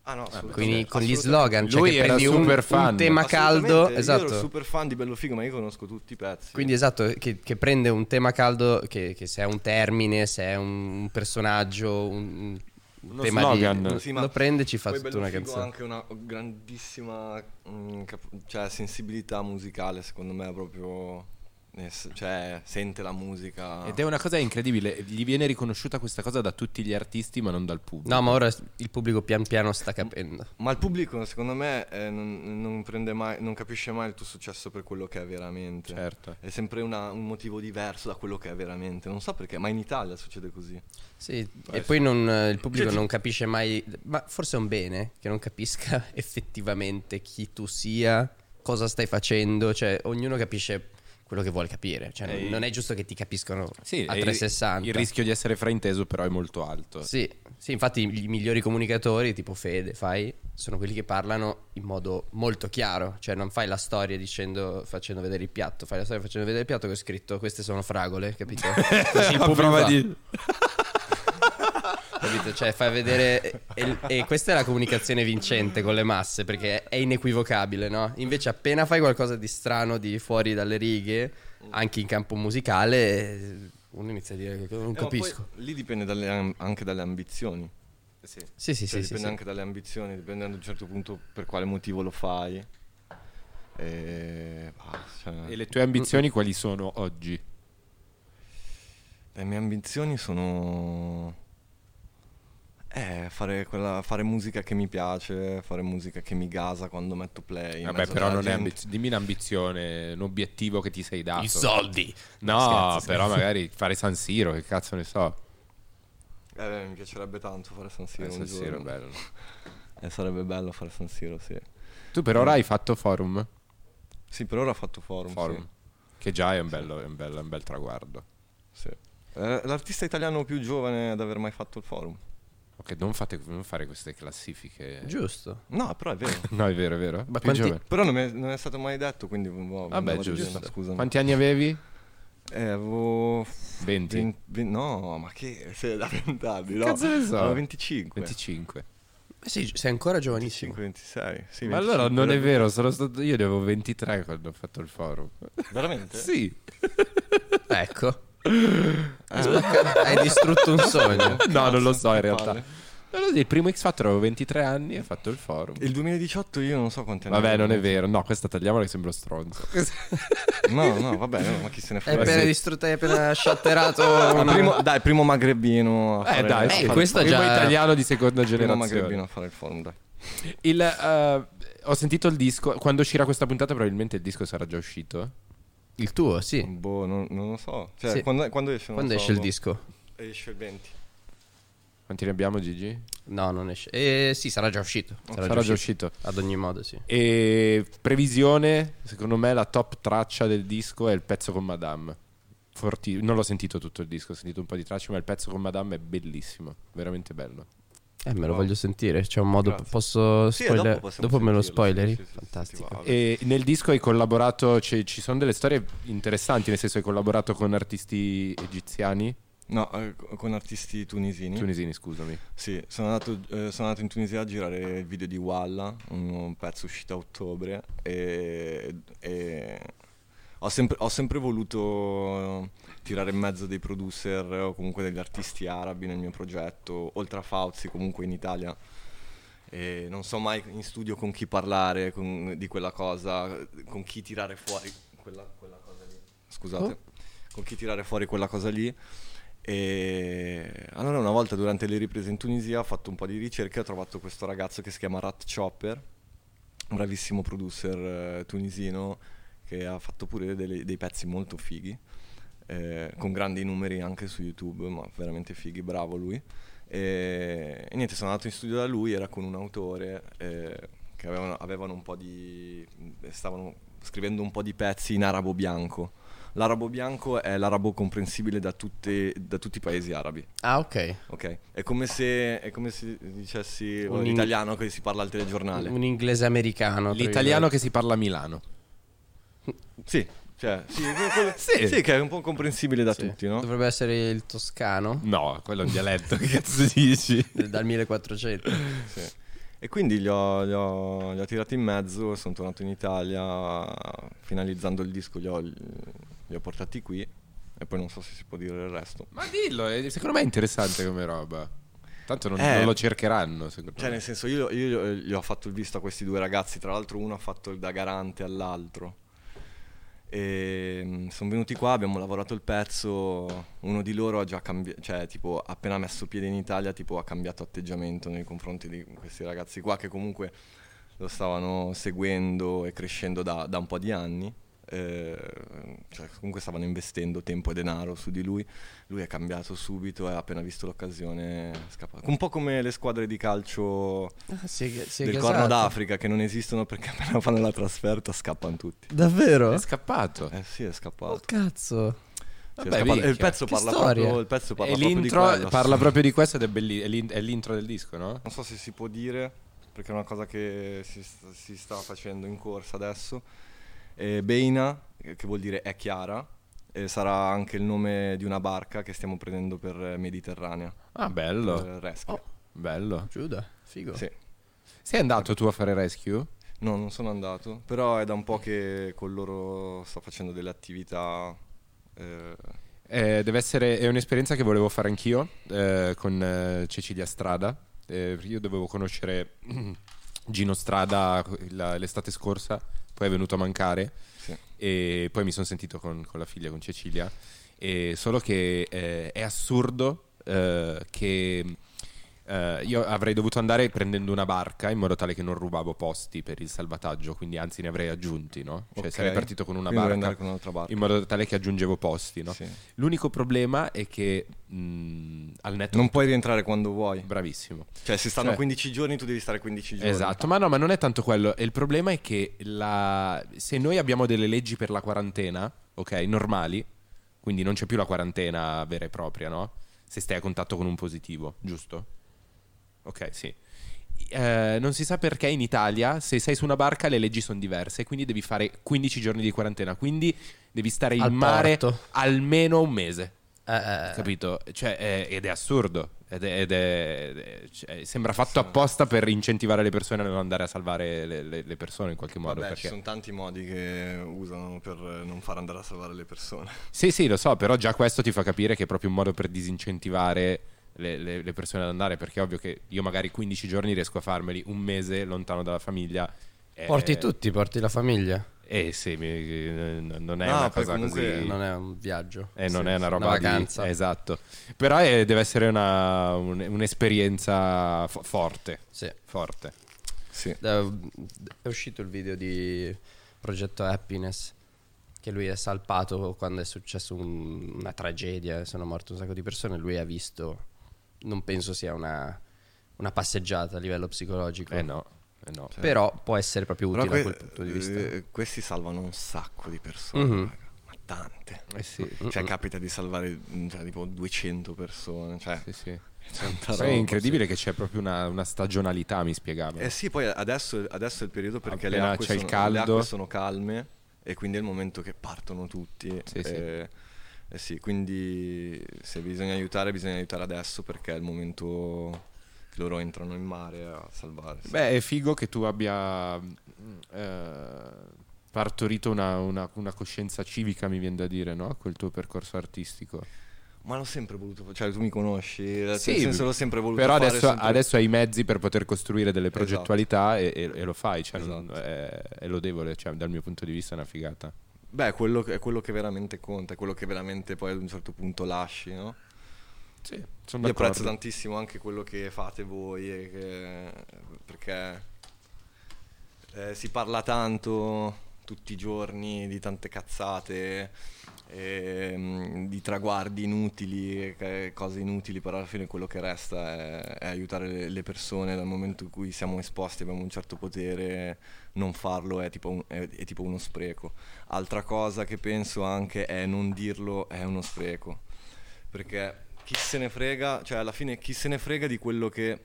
Ah no, assolutamente. Quindi con gli Assolutamente. slogan, cioè Lui che era prendi un, super un fan. tema caldo, Assolutamente, esatto. Io ero super fan di Bello Figo, ma io conosco tutti i pezzi. Quindi esatto, che, che prende un tema caldo, che, che se è un termine, se è un personaggio, un, un Uno tema slogan. di, Sì, ma lo prende e ci fa poi tutta Bello una Figo canzone. ha anche una grandissima mm, cap- cioè, sensibilità musicale, secondo me, proprio eh, s- cioè sente la musica. Ed è una cosa incredibile, gli viene riconosciuta questa cosa da tutti gli artisti ma non dal pubblico. No, ma ora il pubblico pian piano sta capendo. Ma il pubblico, secondo me, eh, non, non prende mai, non capisce mai il tuo successo per quello che è veramente. Certo. È sempre una- un motivo diverso da quello che è veramente. Non so perché, ma in Italia succede così. Sì, e poi non, il pubblico Cioè, ti- non capisce mai, ma forse è un bene che non capisca effettivamente chi tu sia, cosa stai facendo, cioè ognuno capisce quello che vuole capire, cioè Eh, non è giusto che ti capiscano Sì, a e trecentosessanta. il rischio di essere frainteso però è molto alto. Sì, sì, infatti i migliori comunicatori, tipo Fede, fai, sono quelli che parlano in modo molto chiaro, cioè non fai la storia dicendo, facendo vedere il piatto, fai la storia facendo vedere il piatto che ho scritto queste sono fragole, capito? Così il A pubblico prova va. di... Capito? Cioè fai vedere e, e questa è la comunicazione vincente con le masse perché è inequivocabile, no? Invece appena fai qualcosa di strano, di fuori dalle righe, anche in campo musicale, uno inizia a dire che non Eh, ma capisco. poi lì dipende dalle am- anche dalle ambizioni. Sì. Sì, sì, Cioè, sì, sì, dipende sì. anche dalle ambizioni, dipende ad un certo punto per quale motivo lo fai. E, bah, cioè, E le tue ambizioni quali sono oggi? le mie ambizioni sono eh, fare, quella, fare musica che mi piace, fare musica che mi gasa quando metto play. in Vabbè, mezzo però alla non è gente. ambiz- dimmi un'ambizione, un obiettivo che ti sei dato. I soldi. No, Scherzo, però magari fare San Siro, che cazzo ne so. Eh, mi piacerebbe tanto fare San Siro Eh, un San Siro è giorno. bello. Eh, sarebbe bello fare San Siro, sì. Tu per ora hai fatto Forum? Sì, per ora ho fatto Forum. Forum. Che già è un, bello, è un, bello, è un bel traguardo. Sì, sì. Eh, l'artista italiano più giovane ad aver mai fatto il Forum. Ok, non, fate, non fare queste classifiche. Giusto. No, però è vero. No, è vero, è vero. Ma Più quanti- giovane. Però non è, non è stato mai detto, quindi boh, Vabbè, vado giusto. dicendo, scusami. Quanti anni avevi? Eh, avevo venti. venti venti no, ma che sei da venti anni, no? cazzo ne so? Avevo venticinque. venticinque. Eh sì, sei ancora giovanissimo. venticinque, ventisei. Sì, Ma allora non è venticinque. vero, sono stato, io ne avevo ventitré quando ho fatto il Forum. Veramente? Sì. Ecco. Hai spaccato- hai distrutto un sogno. No, non lo so in che realtà. palle. No, no, il primo X Factor avevo ventitré anni e ho fatto il Forum. Il duemiladiciotto io non so quanti anni Vabbè, avevo. non è vero. No, questa tagliamola che sembro stronzo. No, no, vabbè, no, ma chi se ne Hai frega. appena sì. distrutto, hai appena shatterato Ma una- primo, dai, primo magrebino a Eh fare, dai, a sì. fare questo il è primo già- italiano di seconda forum. Primo magrebino generazione. a fare il forum, dai. Il, eh, ho sentito il disco. Quando uscirà questa puntata, probabilmente il disco sarà già uscito. Il tuo, sì. Boh, non, non lo so. Cioè, Sì. quando, quando esce? Non Quando so, esce il boh. disco? Esce il venti. Quanti ne abbiamo, Gigi? No, non esce. Eh, sì, sarà già uscito. Sarà, già uscito. Ad ogni modo, sì. E previsione, secondo me la top traccia del disco è il pezzo con Madame. Forti- non l'ho sentito tutto il disco, ho sentito un po' di tracce, ma il pezzo con Madame è bellissimo, veramente bello. Eh, me lo Wow. voglio sentire. C'è un modo. Grazie. Posso Sì, spoiler- dopo dopo, possiamo me lo sentirlo, spoileri? sì, sì, sì, Fantastico. sì, va. E nel disco hai collaborato, ci ci sono delle storie interessanti, nel senso hai collaborato con artisti egiziani, No, eh, con artisti tunisini. tunisini scusami. Sì, sono andato, eh, sono andato in Tunisia a girare il video di Walla, un, un pezzo uscito a ottobre e, e ho, sempre, ho sempre voluto tirare in mezzo dei producer o comunque degli artisti arabi nel mio progetto, oltre a Fauzi comunque in Italia. E non so mai in studio con chi parlare con- di quella cosa, con chi tirare fuori quella, quella cosa lì. Scusate, con chi tirare fuori quella cosa lì. E allora una volta durante le riprese in Tunisia ho fatto un po' di ricerche e ho trovato questo ragazzo che si chiama Rat Chopper, un bravissimo producer eh, tunisino che ha fatto pure delle- dei pezzi molto fighi, eh, con grandi numeri anche su YouTube, ma veramente fighi, bravo lui. E, e niente, sono andato in studio da lui, era con un autore eh, che avevano, avevano un po' di... stavano scrivendo un po' di pezzi in arabo bianco. L'arabo bianco è l'arabo comprensibile da, tutte, da tutti i paesi arabi, Ah, ok. ok? È come se, è come se dicessi Un oh, in- l'italiano che si parla al telegiornale. Un inglese americano. tra L'italiano che si parla a Milano. Sì, cioè, sì, quello- Sì. sì, che è un po' comprensibile da Sì. tutti, no? Dovrebbe essere il toscano No, quello è un dialetto, che cazzo dici? dal millequattrocento. Sì. E quindi li ho, li ho, li ho tirati in mezzo, sono tornato in Italia, finalizzando il disco li ho, li ho portati qui e poi non so se si può dire il resto. Ma dillo, è- secondo me è interessante come roba. Tanto non, Eh. non lo cercheranno, secondo Cioè me. nel senso io, io gli ho fatto il visto a questi due ragazzi, tra l'altro uno ha fatto il da garante all'altro. E sono venuti qua, abbiamo lavorato il pezzo, uno di loro ha già cambiato, cioè tipo appena messo piede in Italia tipo ha cambiato atteggiamento nei confronti di questi ragazzi qua che comunque lo stavano seguendo e crescendo da, da un po' di anni. Eh, cioè comunque stavano investendo tempo e denaro su di lui. Lui è cambiato subito e appena visto l'occasione è scappato. Un po' come le squadre di calcio Ah, si è- si è del gasato. Corno d'Africa che non esistono perché appena fanno la trasferta scappano tutti. Davvero? È scappato. Eh sì, è scappato. Oh cazzo. Sì, è Vabbè, scappato. E il minchia. pezzo Che parla storia. proprio, il pezzo parla E proprio di l'intro quello. parla proprio di questo ed è, belli- è l'in- è l'intro del disco, no? Non so se si può dire perché è una cosa che si, sta- si sta facendo in corsa adesso. E Beina, che vuol dire è chiara, e sarà anche il nome di una barca che stiamo prendendo per Mediterranea. Ah, bello. Per Rescue. Oh. Bello. Giuda, figo. Sì. Sei andato tu a fare rescue? No, non sono andato, però è da un po' che con loro sto facendo delle attività. eh, Eh, deve essere è un'esperienza che volevo fare anch'io eh, con eh, Cecilia Strada. Eh, io dovevo conoscere Gino Strada la- l'estate scorsa, poi è venuto a mancare sì. e poi mi sono sentito con, con la figlia, con Cecilia. E solo che eh, è assurdo eh, che eh, io avrei dovuto andare prendendo una barca in modo tale che non rubavo posti per il salvataggio, quindi anzi ne avrei aggiunti, no? Cioè Ok. sarei partito con una Quindi dovrei barca andare con un'altra barca. in modo tale che aggiungevo posti, no? Sì. L'unico problema è che mh, al netto Non puoi rientrare quando vuoi. bravissimo. Cioè, se stanno Cioè- quindici giorni, tu devi stare quindici giorni. Esatto, ma no, ma non è tanto quello. E il problema è che la... se noi abbiamo delle leggi per la quarantena, ok, normali, quindi non c'è più la quarantena vera e propria, no? Se stai a contatto con un positivo, giusto? Ok, sì. Eh, non si sa perché in Italia, se sei su una barca, le leggi sono diverse, quindi devi fare quindici giorni di quarantena, quindi devi stare in Al mare porto. almeno un mese. Eh, eh, Capito? Cioè, è- ed è assurdo. Ed è, ed è- ed è- cioè, sembra fatto apposta per incentivare le persone a non andare a salvare le, le- le persone in qualche modo. Vabbè, perché... ci sono tanti modi che usano per non far andare a salvare le persone. Sì, sì, lo so, però già questo ti fa capire che è proprio un modo per disincentivare le, le- le persone ad andare. Perché è ovvio che io magari quindici giorni riesco a farmeli un mese lontano dalla famiglia. eh, Porti tutti, porti la famiglia. Eh sì, mi- non è No, una poi cosa comunque così. Non è un viaggio. Eh, non Sì, è una sì, roba di- vacanza. esatto. Però è- deve essere una- un- un'esperienza fo- forte. Sì. Forte. Sì. Eh, È uscito il video di Progetto Happiness, che lui è salpato quando è successo un- una tragedia, sono morte un sacco di persone. Lui ha visto, non penso sia una, una passeggiata a livello psicologico, Eh no, eh no. però può essere proprio utile Però da que- quel punto di vista. eh, questi salvano un sacco di persone, Mhm. raga, ma tante. Eh sì, Cioè, capita di salvare mm, cioè, tipo duecento persone. Cioè, sì, sì. tanta Poi è roba, incredibile che c'è proprio una, una stagionalità, mi spiegava. Eh sì, poi adesso, adesso è il periodo perché le Appena acque, c'è il sono, caldo. le acque sono calme e quindi è il momento che partono tutti. Sì, sì. e, eh sì, quindi se bisogna aiutare, bisogna aiutare adesso perché è il momento che loro entrano in mare a salvarsi. Beh, è figo che tu abbia mm, eh, partorito una, una- una coscienza civica, mi viene da dire, no? Col tuo percorso artistico. Ma l'ho sempre voluto fare, cioè tu mi conosci, nel Sì, senso l'ho sempre voluto però fare. adesso, sempre- adesso hai i mezzi per poter costruire delle Esatto. progettualità e, e- e lo fai, cioè, non- Esatto. è, è lodevole, cioè, dal mio punto di vista è una figata. Beh, quello che- è quello che veramente conta, è quello che veramente poi ad un certo punto lasci, no? Sì, sono Io apprezzo d'accordo. tantissimo anche quello che fate voi, e che- perché eh, si parla tanto tutti i giorni di tante cazzate, ehm, di traguardi inutili, e che- cose inutili, però alla fine quello che resta è, è aiutare le, le persone. Dal momento in cui siamo esposti, abbiamo un certo potere, non farlo è tipo, un- è- è tipo uno spreco. Altra cosa che penso anche è non dirlo è uno spreco, perché chi se ne frega, cioè alla fine chi se ne frega di quello che...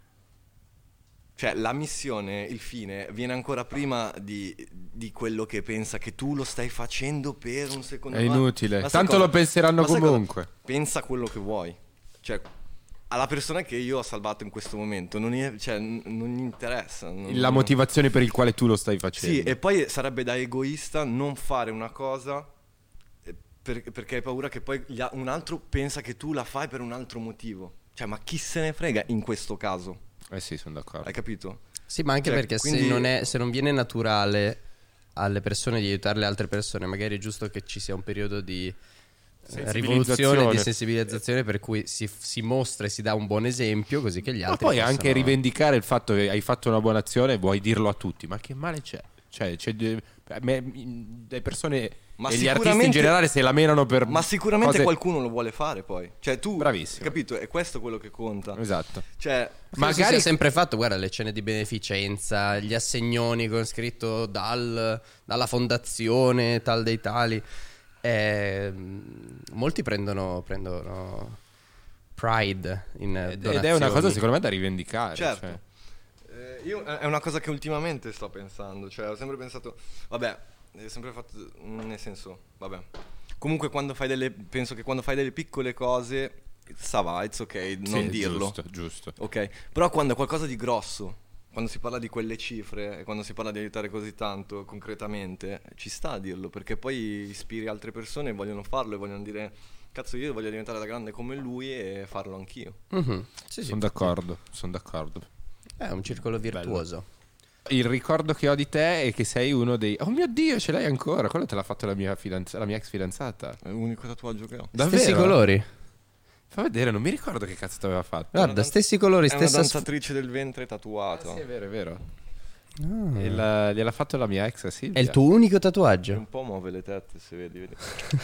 Cioè la missione, il fine, viene ancora prima di, di quello che pensa che tu lo stai facendo per un secondo. È Ma- inutile. ma sai Tanto cosa? lo penseranno Ma sai cosa? comunque. Pensa quello che vuoi. Cioè, alla persona che io ho salvato in questo momento non, è, cioè, n- non gli interessa. Non, La motivazione per il quale tu lo stai facendo. Sì, e poi sarebbe da egoista non fare una cosa eh, per- perché hai paura che poi gli a- un altro pensa che tu la fai per un altro motivo. Cioè, ma chi se ne frega in questo caso? Eh sì, sono d'accordo. Hai capito? Sì, ma anche Cioè, perché quindi- se, non è, se non viene naturale alle persone di aiutare le altre persone, magari è giusto che ci sia un periodo di eh, Sensibilizzazione. rivoluzione, di sensibilizzazione per cui si, si mostra e si dà un buon esempio così che gli Ma altri poi possano... anche rivendicare il fatto che hai fatto una buona azione e vuoi dirlo a tutti. Ma che male c'è? Cioè, c'è de- me- le persone Ma e gli artisti in sicuramente- generale se la menano per Ma sicuramente cose- qualcuno lo vuole fare poi. Cioè tu, Bravissimo. capito? È questo quello che conta. Esatto. Cioè, Magari si Magari sia sempre fatto, guarda, le cene di beneficenza, gli assegnoni con scritto dal, dalla fondazione tal dei tali. Eh, molti prendono, prendono pride in Ed ed è una cosa donazioni. secondo me da rivendicare. certo. cioè. Eh, io è una cosa che ultimamente sto pensando. Cioè, ho sempre pensato, vabbè, ho sempre fatto, nel senso, vabbè. Comunque quando fai delle, penso che quando fai delle piccole cose, sa va, it's ok, non Sì, dirlo. Giusto, giusto. Ok, però quando è qualcosa di grosso, quando si parla di quelle cifre e quando si parla di aiutare così tanto concretamente, ci sta a dirlo, perché poi ispiri altre persone e vogliono farlo e vogliono dire cazzo io voglio diventare da grande come lui e farlo anch'io. Mhm. Sì, sì. Sono d'accordo, sono d'accordo. È un circolo virtuoso. Il ricordo che ho di te è che sei uno dei... Oh mio Dio, ce l'hai ancora? Quello te l'ha fatto la mia, fidanz- la mia ex fidanzata. È l'unico tatuaggio che ho. Davvero? Stessi colori. Fa vedere, non mi ricordo che cazzo ti aveva fatto. Guarda, dan- stessi colori, È una stessa sf- danzatrice del ventre tatuata. Ah, sì, è vero, è vero. E la- gliel'ha fatto la mia ex, sì. È il tuo unico E tatuaggio. un po' muove le tette se vedi, vedi.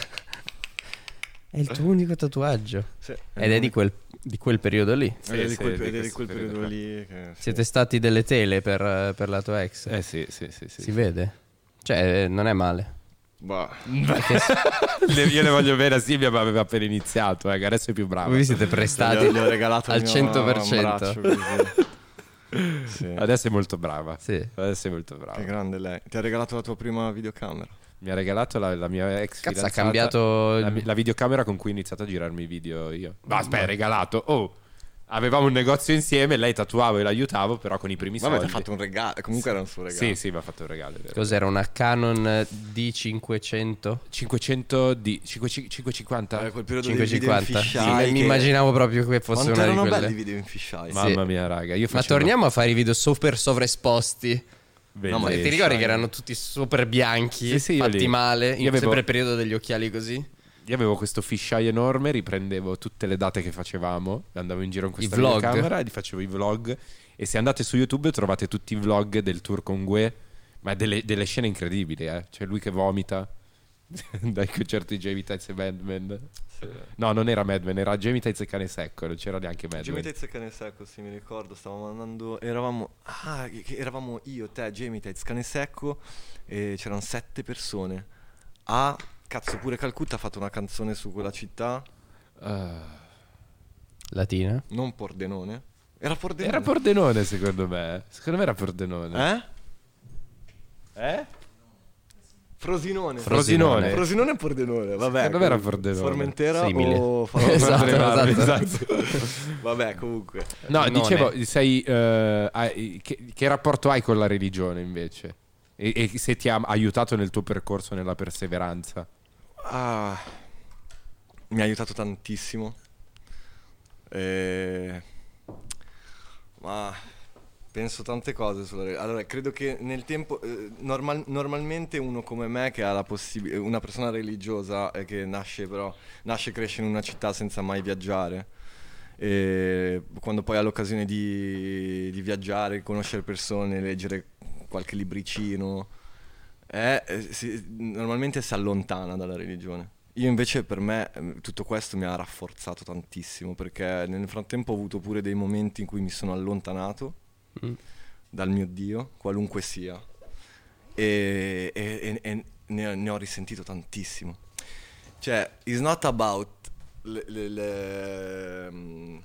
È il tuo unico tatuaggio. Sì, Ed è di quel, di quel periodo lì. Ed è di sì, quel, di ed è di questo quel periodo periodo qua. lì che, sì. Siete stati delle tele per, per la tua ex. Eh sì, sì, sì, sì. Si vede. Cioè, non è male. Bah. Le- Io le voglio bene a Silvia, ma aveva appena iniziato, eh, che adesso è più brava. Voi vi siete prestati Gli ho- gli ho regalato al il mio cento per cento. abbraccio, così. Sì. Adesso è molto brava. Sì. Adesso è molto brava. Che grande lei. Ti ha regalato la tua prima videocamera. Mi ha regalato la, la mia ex Cazzo, ha fidanzata, cambiato la, la videocamera con cui ho iniziato a girarmi i video io. Ma aspetta, regalato. Oh, avevamo un negozio insieme, lei tatuavo e l'aiutavo, però con i primi Vabbè, ti soldi. ha fatto un regalo. Comunque era un suo regalo. Sì, sì, mi ha fatto un regalo, è vero. Cos'era una Canon D cinquecento? cinquecento di cinquecentocinquanta. Eh, quel periodo dei video in cinquecentocinquanta. Sì, fisheye mi che- immaginavo proprio che fosse Quanto una di erano quelle. belli i video in fisheye. Ma- Mamma mia, raga, io Ma facevo... torniamo a fare i video super sovraesposti. Bellissimo. No, ma Ti ricordi che erano tutti super bianchi, Sì, sì, io fatti li- male? io In avevo- sempre il periodo degli occhiali così. Io avevo questo fisheye enorme, riprendevo tutte le date che facevamo, andavo in giro con questa I vlog. videocamera e facevo i vlog. E se andate su YouTube trovate tutti i vlog del tour con Gue, ma delle, delle scene incredibili, eh. C'è lui che vomita dai concerti di Jamie Tights e Madman. No, non era Madman, era Jamie Tights e Cane Secco, non c'era neanche Madman. Jamie Tates e Cane Secco, sì, mi ricordo. Stavamo andando. Eravamo. Ah, che- che eravamo io, te, Jamie Tates, Cane Secco. E c'erano sette persone. Ah, cazzo, pure Calcutta ha fatto una canzone su quella città. Ah. Latina. Non Pordenone. Era Pordenone. Era Pordenone secondo me. Secondo me era Pordenone. Eh? Eh? Frosinone. Frosinone. Frosinone e Pordenone. Vabbè. Secondo me era comunque, Pordenone. Formentera Simile. o Esatto, Formentera? esatto. Vabbè, comunque. No, Non dicevo, è. sei, eh, hai- che, che rapporto hai con la religione invece? E, e se ti ha aiutato nel tuo percorso, nella perseveranza? Ah, mi ha aiutato tantissimo. Eh, ma penso tante cose sulla re- allora credo che nel tempo eh, normal- normalmente uno come me che ha la possibilità, una persona religiosa eh, che nasce però nasce e cresce in una città senza mai viaggiare, e quando poi ha l'occasione di, di viaggiare, conoscere persone, leggere qualche libricino, eh, eh, si- normalmente si allontana dalla religione. Io invece, per me, ehm, tutto questo mi ha rafforzato tantissimo, perché nel frattempo ho avuto pure dei momenti in cui mi sono allontanato Mm. dal mio Dio, qualunque sia, e, e- e- e ne, ho- ne ho risentito tantissimo. Cioè, it's not about le- le- le, mm,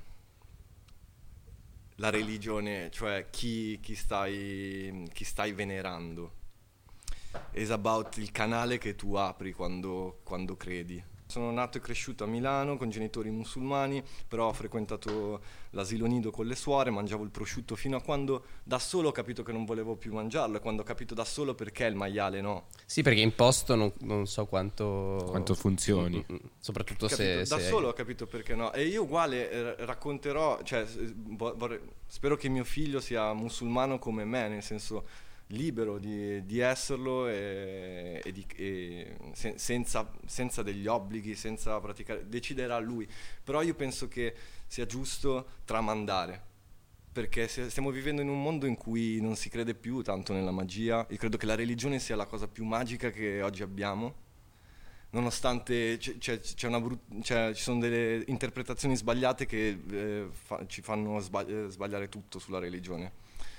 la religione, cioè chi, chi stai, chi stai venerando. It's about il canale che tu apri quando, quando credi. Sono nato e cresciuto a Milano con genitori musulmani, però ho frequentato l'asilo nido con le suore, mangiavo il prosciutto fino a quando da solo ho capito che non volevo più mangiarlo, e quando ho capito da solo perché il maiale no. Sì, perché in posto non, non so quanto... Quanto funzioni. Mm, mm, mm. Soprattutto Capito? se... Da se solo ho capito perché no. E io uguale eh, racconterò, cioè s- vo- vorrei- spero che mio figlio sia musulmano come me, nel senso libero di, di esserlo e, e di- e se- senza, senza degli obblighi, senza praticare, deciderà lui. Però io penso che sia giusto tramandare, perché se- stiamo vivendo in un mondo in cui non si crede più tanto nella magia. Io credo che la religione sia la cosa più magica che oggi abbiamo, nonostante c'è, c'è- c'è una brut- c'è- ci sono delle interpretazioni sbagliate che eh, fa- ci fanno sbag- eh, sbagliare tutto sulla religione.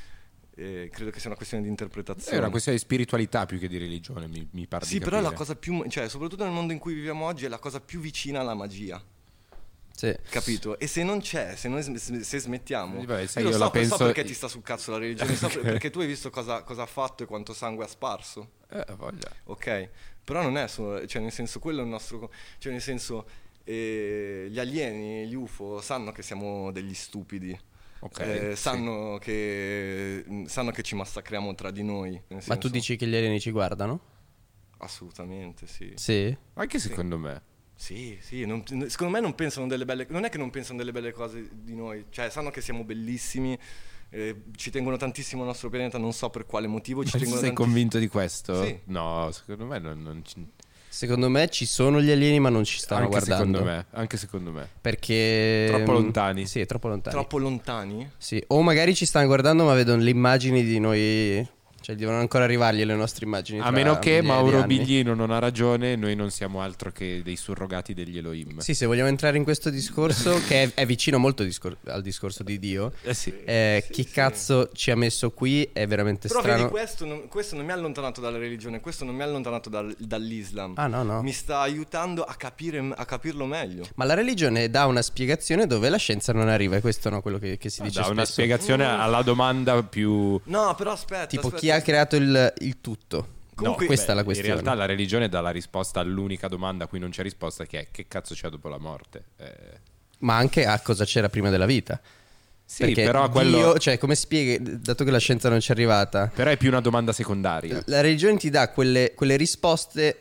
E credo che sia una questione di interpretazione. È una questione di spiritualità più che di religione, mi, mi pare Sì, di però è la capire. cosa più, cioè, soprattutto nel mondo in cui viviamo oggi, è la cosa più vicina alla magia. Sì. Capito? E se non c'è, se, noi, sm- se smettiamo, Sì, vabbè, sai, io, lo io so, la penso- so perché ti sta sul cazzo la religione, so per- perché tu hai visto cosa, cosa ha fatto e quanto sangue ha sparso. Eh, voglia. Ok, però non è solo, cioè nel senso quello è il nostro, cioè nel senso eh, gli alieni, gli U F O sanno che siamo degli stupidi. Ok, Eh, sì. sanno, che, sanno che ci massacriamo tra di noi. nel Ma tu senso- dici che gli alieni ci guardano? Assolutamente sì. Sì. Anche secondo me. Sì, sì, non- secondo me non pensano delle belle, non è che non pensano delle belle cose di noi, cioè sanno che siamo bellissimi, eh, ci tengono tantissimo al nostro pianeta, non so per quale motivo, ci Ma tu tengono sei tanti- convinto di questo? Sì. No, secondo me non, non ci... Secondo me ci sono gli alieni ma non ci stanno anche guardando. secondo me, anche secondo me. Perché... Troppo lontani. Sì, troppo lontani. troppo lontani. Sì, o magari ci stanno guardando ma vedono le immagini di noi, cioè devono ancora arrivargli le nostre immagini. A tra meno che migliaia di Mauro anni. Biglino non ha ragione, noi non siamo altro che dei surrogati degli Elohim. Sì, se vogliamo entrare in questo discorso che è, è vicino molto discor- al discorso di Dio, Eh sì. eh, Sì, chi sì. cazzo ci ha messo qui è veramente Però strano. vedi, questo non, questo non mi ha allontanato dalla religione, questo non mi ha allontanato dal- dall'Islam. Ah, no, no. Mi sta aiutando a, capire, a capirlo meglio. Ma la religione dà una spiegazione dove la scienza non arriva, e questo no, quello che, che si dice Dà una spesso. spiegazione alla domanda più... No, però aspetta. Tipo aspetta. chi ha creato il, il tutto. Comunque- No, questa è la In questione. realtà la religione dà la risposta all'unica domanda a cui non c'è risposta, che è: che cazzo c'è dopo la morte? Eh, Ma anche a cosa c'era prima della vita. sì, Perché però quello... Dio, cioè come spieghi, dato che la scienza non ci è arrivata, Però è più una domanda secondaria. la religione ti dà quelle, quelle risposte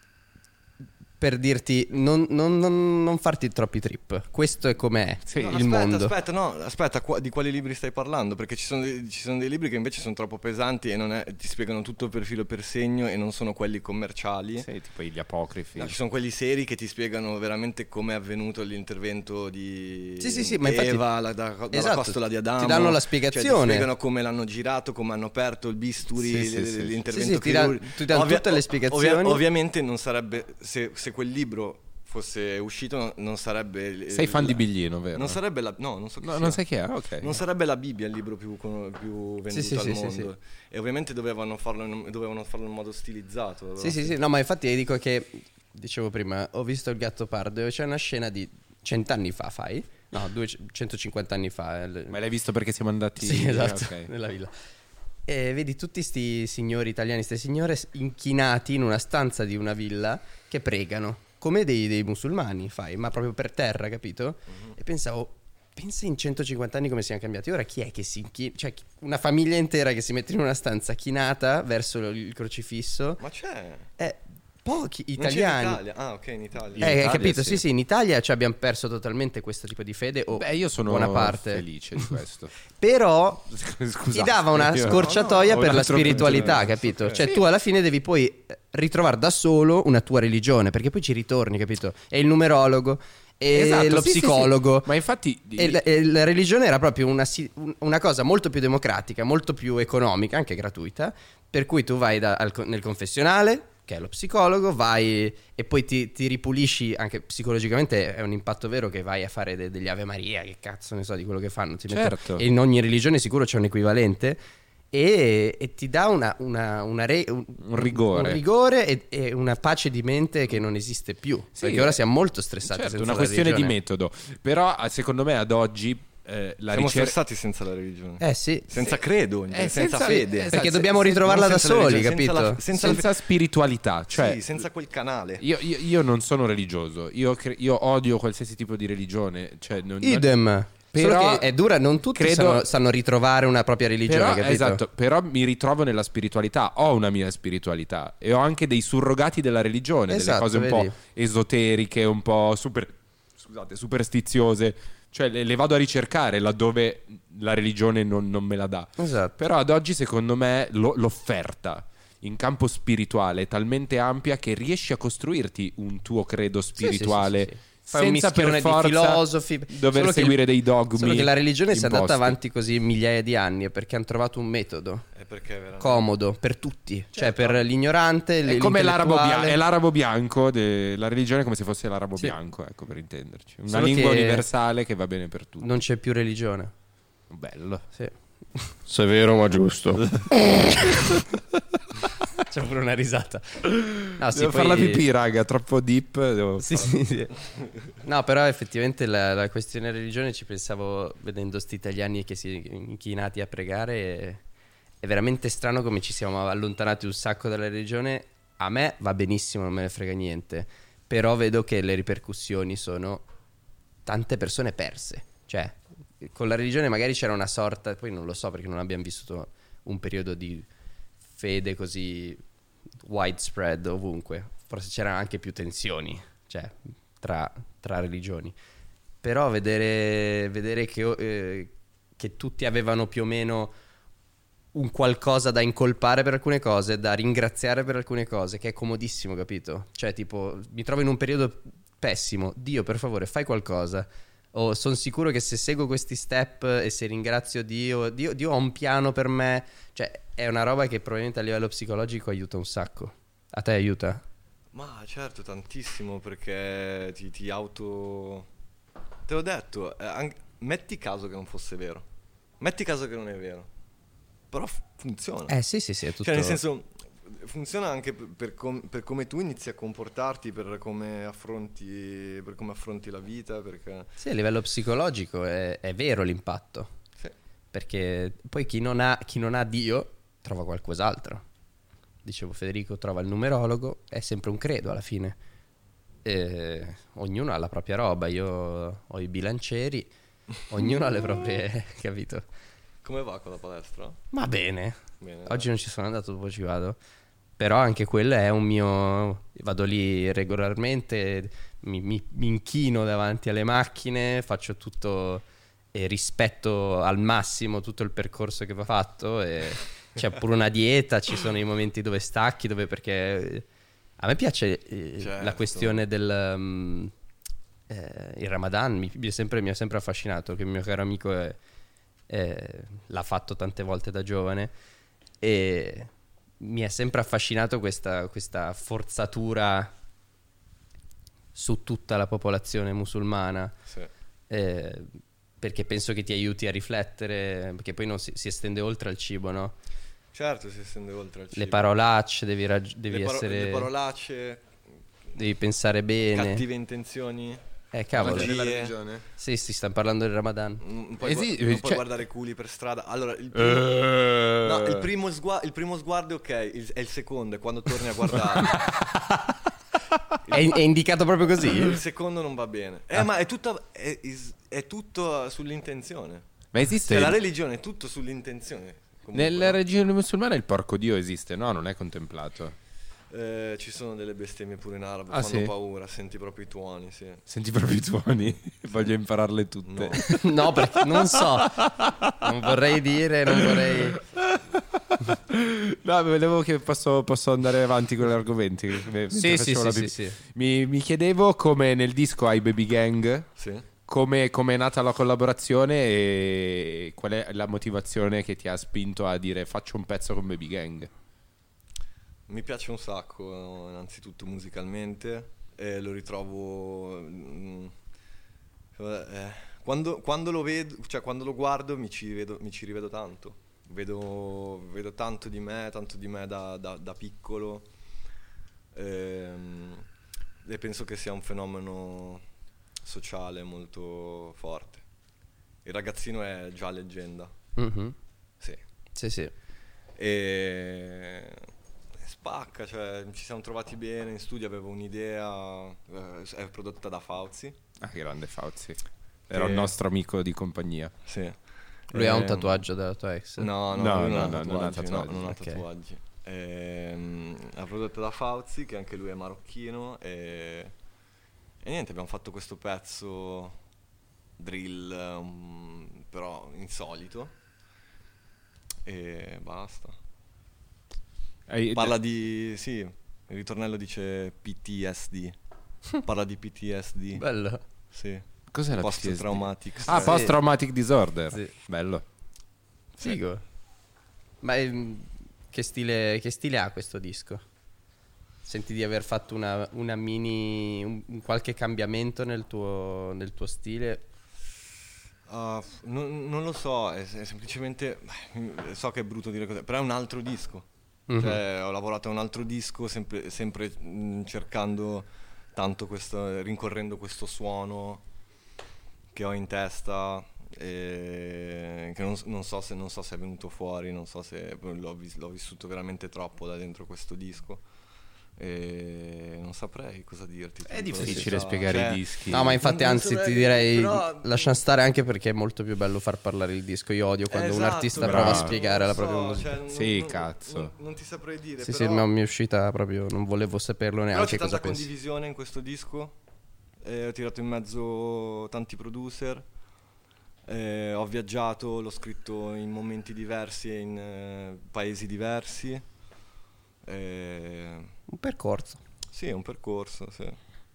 per dirti non, non- non- non farti troppi trip. Questo è com'è Sì. No, il aspetta, mondo. aspetta, no, aspetta, qua- di quali libri stai parlando? Perché ci sono, dei, ci sono dei libri che invece sono troppo pesanti e non è- ti spiegano tutto per filo e per segno e non sono quelli commerciali. Sì, tipo gli apocrifi. No, ci sono quelli seri che ti spiegano veramente come è avvenuto l'intervento di Sì, sì, sì, ma infatti- Eva, la, da, dalla Esatto, costola di Adamo. ti danno la Cioè, spiegazione. ti spiegano come l'hanno girato, come hanno aperto il bisturi, Sì, sì, l- sì. l'intervento Sì, sì, ti dan- chirurgico. ti danno tutte le spiegazioni. ovviamente non sarebbe, se, se quel libro fosse uscito no- non sarebbe... Sei fan la- di Biglino, vero? Non sarebbe la... No, non so chi No, sia. non sai chi è? Ah, ok. Non sarebbe la Bibbia il libro più, con- più venduto Sì, sì, al sì, sì, mondo. E ovviamente dovevano farlo in, dovevano farlo in modo stilizzato. Sì, sì, sì, no, ma infatti dico che, dicevo prima, ho visto Il Gattopardo e c'è una scena di cent'anni fa, fai? No, duecentocinquanta anni fa. eh, Ma l'hai visto perché siamo andati... Sì, esatto, Ah, ok. nella villa. E vedi tutti sti signori italiani, ste signore s- inchinati in una stanza di una villa che pregano, come dei, dei musulmani, fai, ma proprio per terra, capito? E pensavo, pensa in centocinquanta anni come siamo cambiati. Ora chi è che si inchina? Cioè, chi- una famiglia intera che si mette in una stanza chinata verso il il crocifisso. Ma c'è... Eh, pochi Non c'è in italiani. Italia. Ah, ok, in Italia. In Eh, hai Italia, capito? Sì. sì. sì, in Italia ci abbiamo perso totalmente questo tipo di fede. O Beh, io sono buona parte. felice di questo. Però Scusate, ti dava una io- scorciatoia ho per un la altro spiritualità, punto di capito? vista, Cioè ok. tu alla fine devi poi eh, ritrovare da solo una tua religione, perché poi ci ritorni, capito? E il numerologo e Esatto, lo sì, sì, psicologo. sì. Ma infatti... E la, e la religione era proprio una, si- un- una cosa molto più democratica, molto più economica, anche gratuita, per cui tu vai da- al co- nel confessionale, che è lo psicologo, vai e poi ti, ti ripulisci, anche psicologicamente è un impatto vero che vai a fare de- degli Ave Maria, che cazzo ne so di quello che fanno. Ti mettono- Certo. e in ogni religione sicuro c'è un equivalente. E, e ti dà una, una, una re- un, Un rigore. un rigore e, e una pace di mente che non esiste più. Sì, perché ora eh, siamo molto stressati. Certo, senza una la questione di religione. metodo. Però secondo me ad oggi eh, la Siamo ricerca... stati senza la religione. Eh sì. Senza credo, in Eh, genere, senza, senza- fede. esatto, Perché se- dobbiamo se- ritrovarla non da senza la soli, religione, senza capito? la- senza la senza spiritualità, cioè sì, senza quel canale. io, io- io non sono religioso, io, cre- io odio qualsiasi tipo di religione, cioè non, non- Idem. Però- Solo che è dura, non tutti credo- sanno, sanno ritrovare una propria religione, però, capito? esatto, però mi ritrovo nella spiritualità, ho una mia spiritualità e ho anche dei surrogati della religione, Esatto, delle cose un vedi? po' esoteriche, un po' super, scusate, superstiziose, cioè le, le vado a ricercare laddove la religione non, non me la dà. Esatto. Però ad oggi secondo me lo- l'offerta in campo spirituale è talmente ampia che riesci a costruirti un tuo credo spirituale. Sì, sì, sì, sì. Fai un Senza mischione per di forza filosofi, dover solo che- seguire dei dogmi. Solo che la religione si è andata imposti. avanti così migliaia di anni è perché hanno trovato un metodo È perché è veramente... comodo per tutti, cioè per l'ignorante, È come l'arabo, bia- l'intellettuale. è l'arabo bianco, de- la religione è come se fosse l'arabo Sì. bianco, ecco, per intenderci. Una Solo lingua che universale che va bene per tutti. Non c'è più religione. Bello. Sì. Severo ma giusto. C'è pure una risata. No, sì, Devo poi- fare la pipì, raga, troppo deep. Devo Sì, farla. sì, sì. No, però effettivamente la, la questione religione ci pensavo vedendo sti italiani che si inchinati a pregare e- è veramente strano come ci siamo allontanati un sacco dalla religione. A me va benissimo, non me ne frega niente, però vedo che le ripercussioni sono tante persone perse. Cioè, con la religione magari c'era una sorta, poi non lo so perché non abbiamo vissuto un periodo di fede così widespread ovunque, forse c'erano anche più tensioni, cioè tra, tra religioni, però vedere, vedere che, eh, che tutti avevano più o meno un qualcosa da incolpare per alcune cose, da ringraziare per alcune cose, che è comodissimo, capito? Cioè tipo mi trovo in un periodo pessimo, Dio per favore fai qualcosa, o sono sicuro che se seguo questi step e se ringrazio Dio, Dio, Dio ha un piano per me, cioè è una roba che probabilmente a livello psicologico aiuta un sacco. A te aiuta? Ma certo, tantissimo, perché ti, ti auto... Te l'ho detto, eh, an- metti caso che non fosse vero. Metti caso che non è vero. Però f- funziona. Eh sì sì sì, è tutto... Cioè nel senso, funziona anche per, per com- per come tu inizi a comportarti, per come affronti, per come affronti la vita, perché... Sì, a livello psicologico è, è vero l'impatto. Sì. Perché poi chi non ha, chi non ha Dio trova qualcos'altro. Dicevo, Federico trova il numerologo, è sempre un credo alla fine. E ognuno ha la propria roba, io ho i bilancieri, ognuno ha le proprie, capito? Come va con la palestra? Ma bene, Bene. oggi non ci sono andato, dopo ci vado. Però anche quello è un mio... Vado lì regolarmente, mi, mi- mi inchino davanti alle macchine, faccio tutto e rispetto al massimo tutto il percorso che va fatto e c'è pure una dieta, ci sono i momenti dove stacchi, dove perché... A me piace eh, Certo. la questione del... um, eh, il Ramadan, mi, mi è sempre, mi ha sempre affascinato, che il mio caro amico è- è- l'ha fatto tante volte da giovane e mi è sempre affascinato questa, questa forzatura su tutta la popolazione musulmana, Sì. eh, perché penso che ti aiuti a riflettere, perché poi non si, si estende oltre al cibo, no? Certo, si estende oltre al cibo. Le parolacce, devi, rag- devi le, paro- essere... le parolacce, devi pensare bene. cattive intenzioni. Eh, cavolo. Magia. Della Sì, eh. religione? Sì, sì, stanno parlando del Ramadan. Non puoi, Esi- gua- non puoi cioè- guardare culi per strada. Allora, il primo, Eh. no, il primo, sgua- il primo sguardo è ok, il- è il secondo, è quando torni a guardare. È, è indicato proprio così? Il secondo non va bene. Ah. Eh, ma è tutto, è, is- è tutto sull'intenzione. Ma esiste... Cioè, la religione è tutto sull'intenzione. comunque, Nella no? religione musulmana il porco dio esiste, no? Non è contemplato. Eh, ci sono delle bestemmie pure in arabo, Ah, fanno sì? paura, senti proprio i tuoni, sì. Senti proprio i tuoni. Voglio impararle tutte. No. No, perché non so. Non vorrei dire, non vorrei... No, vedevo che posso, posso andare avanti con gli argomenti. mentre Sì, sì, facevo la sì, pipì. sì, sì. Mi, mi chiedevo come nel disco hai Baby Gang, Sì. come come è nata la collaborazione e qual è la motivazione che ti ha spinto a dire faccio un pezzo con Baby Gang. Mi piace un sacco, innanzitutto musicalmente, e lo ritrovo... mm, eh, quando, quando lo vedo, cioè quando lo guardo mi ci rivedo, mi ci rivedo tanto. Vedo, vedo tanto di me, tanto di me da, da- da piccolo. Ehm, e penso che sia un fenomeno sociale molto forte. il ragazzino è già leggenda. Mhm. Sì. Sì, sì. E spacca, cioè ci siamo trovati bene in studio, avevo un'idea, eh, è prodotta da Fauzi. Ah, grande Fauzi. Era Che- un nostro amico di compagnia. Sì. Lui ha un Ehm, tatuaggio della tua ex? No, no, No, lui no, non, no, ha non ha tatuaggi, tatuaggi. no, non ha Ok. tatuaggi. Ehm, ha prodotto da Fauzi, che anche lui è marocchino, e, e niente, abbiamo fatto questo pezzo drill, um, però insolito, e basta. Hai- Parla di, sì, il ritornello dice P T S D, parla di P T S D, Bello. sì, Cos'è la post P T S D? traumatic Ah, stress. post traumatic disorder. Sì. Bello. Figo. Ma ehm, che stile, che stile ha questo disco? Senti di aver fatto una, una mini, un, un qualche cambiamento nel tuo, nel tuo stile? Ah, f- non, non lo so, è, è semplicemente, beh, so che è brutto dire così, però è un altro disco. Mhm. Cioè, ho lavorato a un altro disco sempre, sempre mh, cercando tanto questo, rincorrendo questo suono che ho in testa, e che non, non so se, non so se è venuto fuori, non so se l'ho, vis- l'ho vissuto veramente troppo da dentro questo disco. E non saprei cosa dirti. È ti dico la difficile verità. spiegare Cioè, i dischi. No, ma infatti, non anzi, saprei- ti direi però- lascia stare, anche perché è molto più bello far parlare il disco. Io odio quando un Esatto, artista però prova a non spiegare lo la so, propria musica. cioè, non- Sì, non- cazzo. Non, non ti saprei dire. Sì, però, sì, ma mi è uscita proprio, non volevo saperlo però neanche c'è cosa tanta pensi. condivisione in questo disco. eh, ho tirato in mezzo tanti producer. eh, ho viaggiato, l'ho scritto in momenti diversi e in eh, paesi diversi. eh, Un percorso. sì, è un percorso, sì.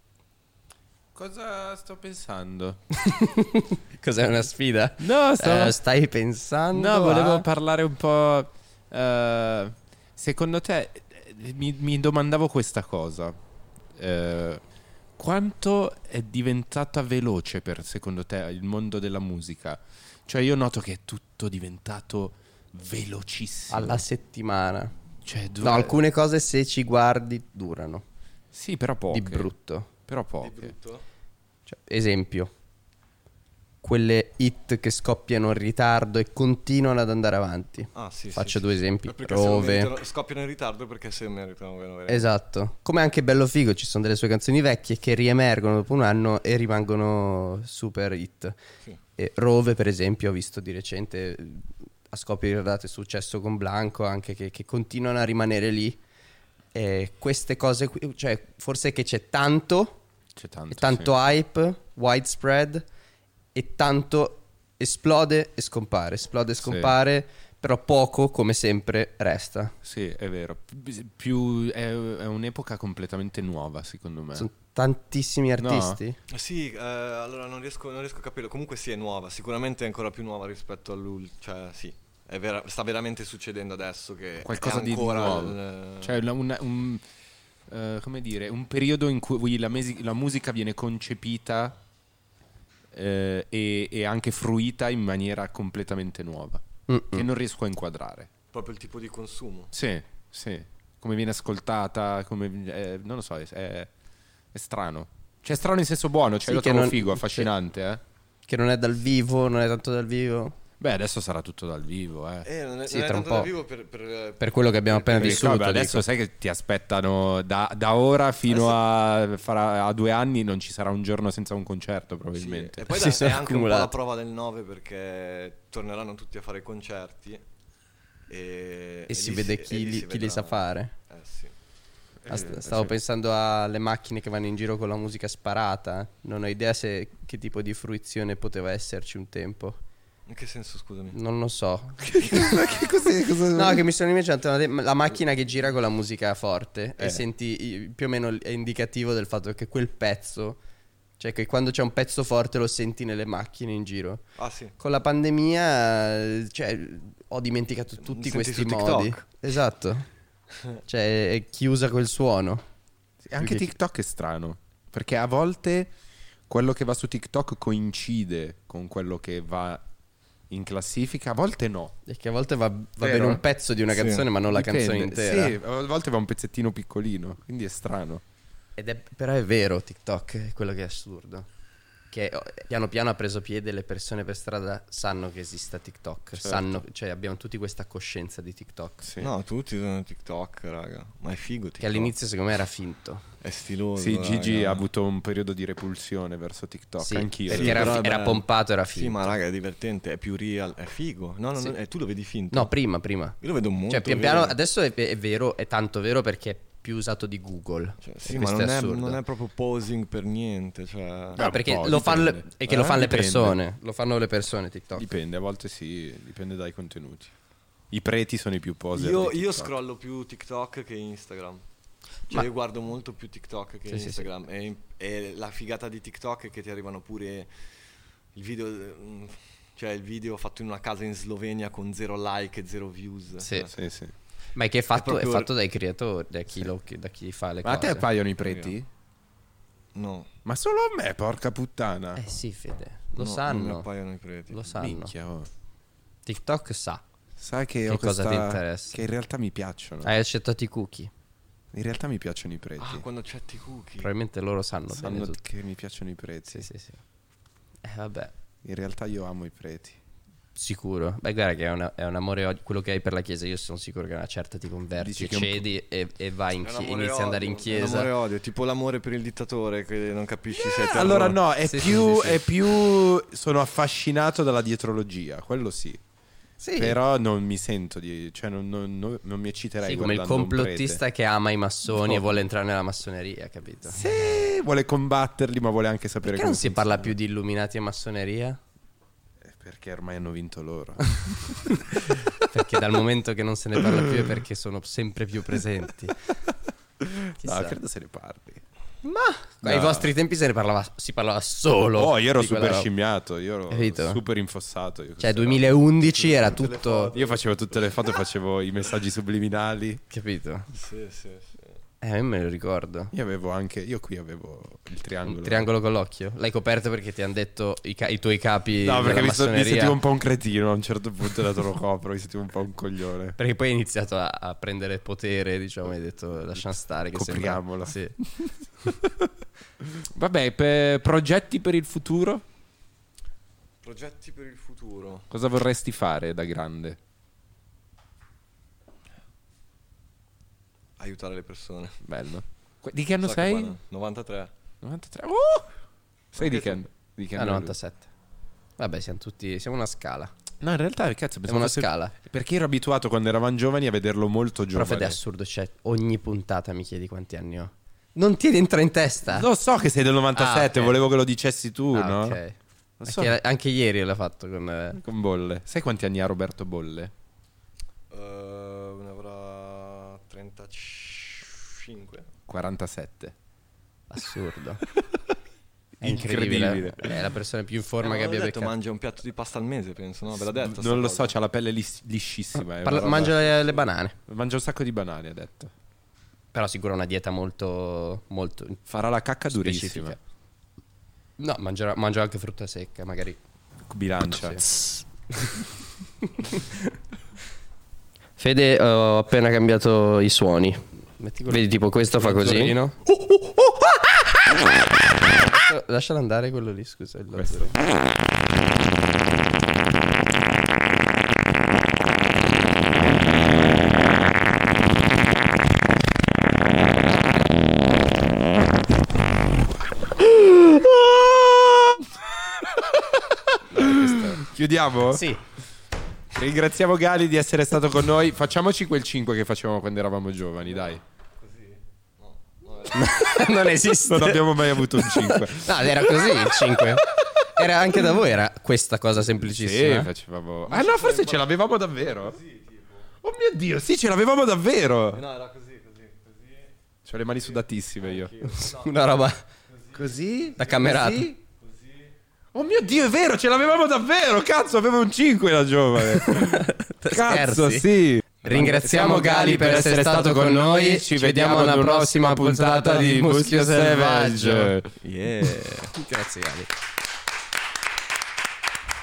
Cosa sto pensando? Cos'è, una sfida? No, stavo... Eh, stai pensando? No, volevo a- parlare un po'. eh, secondo te, eh, mi, mi domandavo questa cosa. Eh, quanto è diventata veloce per secondo te il mondo della musica? Cioè, io noto che è tutto diventato velocissimo. alla settimana. Cioè, due- No, alcune cose, se ci guardi, durano. Sì, però poche. Di brutto. Però Di poche. brutto? Cioè, esempio, quelle hit che scoppiano in ritardo e continuano ad andare avanti. Ah, sì, sì, Faccio sì, due sì. esempi. Ma perché se non Rove. meritano- scoppiano in ritardo perché se meritano veramente. Esatto. Come anche Bello Figo, ci sono delle sue canzoni vecchie che riemergono dopo un anno e rimangono super hit. Sì. E Rove, per esempio, ho visto di recente, eh, a scoprire date, è successo con Blanco, anche che, che continuano a rimanere lì. E queste cose qui, cioè, forse che c'è tanto, C'è tanto. e tanto hype, widespread, e tanto esplode e scompare, esplode e Sì. scompare, però poco, come sempre, resta. Sì, è vero. Pi- Più è, è un'epoca completamente nuova, secondo me. Sono tantissimi artisti. Sì, eh, allora non riesco, non riesco a capirlo. Comunque sì, è nuova, sicuramente è ancora più nuova rispetto all'ultimo. Cioè, sì, è vera- sta veramente succedendo adesso che Qualcosa è di ancora nuovo. il- Cioè, una- una- un, eh, come dire, un periodo in cui la, mesi- la musica viene concepita eh, e, e anche fruita in maniera completamente nuova, Mm-mm. che non riesco a inquadrare. proprio il tipo di consumo. Sì, sì. Come viene ascoltata, come, eh, non lo so, è, è- è strano. Cioè, è strano in senso buono, cioè Sì, lo che trovo non- figo, affascinante, eh. Che non è dal vivo, non è tanto dal vivo. Beh, adesso sarà tutto dal vivo, eh. Eh, non è, Sì, non è tra un tanto po'. da vivo per, per, Per quello che abbiamo appena Perché, vissuto. vabbè, adesso dico. sai che ti aspettano da, da ora fino a, farà- a due anni non ci sarà un giorno senza un concerto Sì, probabilmente. e poi Si da- sono è anche un po' la accumulati. prova del nove perché torneranno tutti a fare concerti e, E si lì vede e chi, lì li, si chi li vedrà. sa fare. Eh sì. Ah, st- Eh, Stavo sì. pensando alle macchine che vanno in giro con la musica sparata. Non ho idea se che tipo di fruizione poteva esserci un tempo. In che senso, scusami? Non lo so. che cos'è, cosa- No, che mi sono immaginato una- la macchina che gira con la musica forte Eh. e senti i- più o meno è indicativo del fatto che quel pezzo, cioè che quando c'è un pezzo forte lo senti nelle macchine in giro. Ah sì. Con la pandemia, eh, cioè, ho dimenticato tutti Senti questi su TikTok. modi. Esatto. Cioè, è chiusa quel suono. Anche Perché- TikTok è strano, perché a volte quello che va su TikTok coincide con quello che va in classifica, a volte no. E che a volte va, va Vero? bene un pezzo di una Sì. canzone, ma non la Dipende. canzone intera. Sì, a volte va un pezzettino piccolino, quindi è strano. Ed è, però è vero, TikTok è quello che è assurdo. che oh, piano piano ha preso piede, le persone per strada sanno che esista TikTok, Certo. sanno, cioè abbiamo tutti questa coscienza di TikTok. Sì. No, tutti usano TikTok, raga. Ma è figo TikTok. Che all'inizio secondo me era finto. È stiloso. Sì, Gigi raga. ha avuto un periodo di repulsione verso TikTok, Sì, anch'io. perché Sì, era, però fi- era beh, pompato, era finto. Sì, ma raga, è divertente, è più real, è figo. No, no, Sì. no, eh, tu lo vedi finto. No, prima, prima. Io lo vedo molto Cioè, pian vero. piano, adesso è, è vero, è tanto vero perché è più usato di Google. Cioè, E sì, ma questo non è, assurdo. non è proprio posing per niente. Cioè... No, un perché po', lo fanno le, dipende. è che lo Eh, fanno le dipende. persone. Lo fanno le persone TikTok. Dipende, a volte sì, dipende dai contenuti. I preti sono i più poser Io, di io TikTok. scrollo più TikTok che Instagram. Cioè, Ma- io guardo molto più TikTok che Sì, sì, Instagram. E, e la figata di TikTok è che ti arrivano pure il video. mm, Cioè, il video fatto in una casa in Slovenia con zero like e zero views. Sì. Cioè, Sì, sì. Ma è che è fatto, è proprio- fatto dai creatori, da chi, lo- da chi fa le Ma a cose. te appaiono i preti? No, Ma solo a me, porca puttana. Eh sì, Fede. Lo no, non mi sanno. appaiono i preti. Lo sanno. Minchia, oh. TikTok sa. Sai che, Che ho cosa questa- ti interessa? Che in realtà mi piacciono. Hai accettato i cookie. In realtà mi piacciono i preti. Ah, quando chatti i cookie. Probabilmente loro sanno, Sanno bene tutto. che mi piacciono i preti. Sì, sì, sì. Eh vabbè, In realtà io amo i preti. sicuro. Beh, guarda che è, una- è un amore odio. Quello che hai per la chiesa, io sono sicuro che una certa ti converti, Dici che è un po'- cedi e, e vai in È un chiesa, amore inizi ad andare in odio, è un amore chiesa. odio, tipo l'amore per il dittatore che non capisci se è terrore. Allora no, è Sì, sì, più, sì, sì. è più sono affascinato dalla dietrologia, quello sì. Sì. Però non mi sento di, cioè non, non- non- non mi ecciterei Sì, come il guardando un complottista prete. che ama i massoni No. e vuole entrare nella massoneria, capito? Sì, vuole combatterli, ma vuole anche sapere Perché come non si parla funziona. più di illuminati e massoneria? Eh, Perché ormai hanno vinto loro. Perché dal momento che non se ne parla più è perché sono sempre più presenti. Chissà. No, credo se ne parli. Ma ai No. vostri tempi se ne parlava, si parlava solo. Oh, io ero di quella super roba. scimmiato, io ero Capito? super infossato. Io, Cioè queste duemilaundici era Tutte le tutto. foto. Io facevo tutte le foto, facevo i messaggi subliminali. Capito? Sì, sì, sì. Eh, io me lo ricordo. Io avevo anche, io qui avevo il triangolo. Un triangolo con l'occhio? L'hai coperto perché ti hanno detto i, ca- i tuoi capi No, perché della mi, sto- mi massoneria? sentivo un po' un cretino a un certo punto, dato lo copro, mi sentivo un po' un coglione. Perché poi hai iniziato a, a prendere potere, diciamo, hai detto lasciamo stare che Copriamola. sembra... Sì. Vabbè, per progetti per il futuro? Progetti per il futuro. Cosa vorresti fare da grande? Aiutare le persone. Bello. Que- Di che anno Sacco sei? bana. novantatré. novantatré. Uh! Sei di che anno? Di che Ah, anno? novantasette. Vabbè, siamo tutti... Siamo una scala. No, in realtà, cazzo, Siamo pensavo una fosse- scala. Perché ero abituato quando eravamo giovani a vederlo molto Però Fede, è giovane. assurdo, cioè ogni puntata mi chiedi quanti anni ho. Non ti entra in testa? Lo so che sei del novantasette, Ah, ok. volevo che lo dicessi tu, Ah, no? ok. Lo so. Anche, anche ieri l'ha fatto con... eh, Con Bolle. Sai quanti anni ha Roberto Bolle? Uh, ne avrà trentacinque. quarantasette. Assurdo. È incredibile. Incredibile. È la persona più in forma Eh, che ma abbia l'ho detto, beccato. mangia un piatto di pasta al mese, penso, no? Ve l'ha detto? sta Non lo cosa? so, c'ha la pelle lis- liscissima. è Parla- una roba- mangia le, le banane. Mangia un sacco di banane, ha detto. Però sicuro una dieta molto, molto Farà la cacca durissima. specifica. No, mangerà, mangia anche frutta secca, magari. Bilancia. Fede, ho appena cambiato i suoni. Vedi, tipo questo fa così. Zorrino. Lascialo andare quello lì, scusa. il Questo. Chiudiamo? Sì. Ringraziamo Gali di essere stato con noi. Facciamoci quel cinque che facevamo quando eravamo giovani, dai. Non esiste. Non abbiamo mai avuto un cinque. No, era così il cinque. Era anche da voi, era questa cosa Sì, semplicissima. facevamo. Ah no, forse ce l'avevamo davvero. Oh mio Dio, sì, ce l'avevamo davvero. No, era così, così, così. C'ho le mani sudatissime io. Una roba Così? da camerato. Così? Oh mio Dio, è vero, ce l'avevamo davvero. Cazzo, avevo un cinque da giovane. Cazzo, Scherzi? sì. Ringraziamo Gali per essere stato con noi. Ci vediamo alla prossima puntata di Muschio Selvaggio. Yeah. Grazie Gali.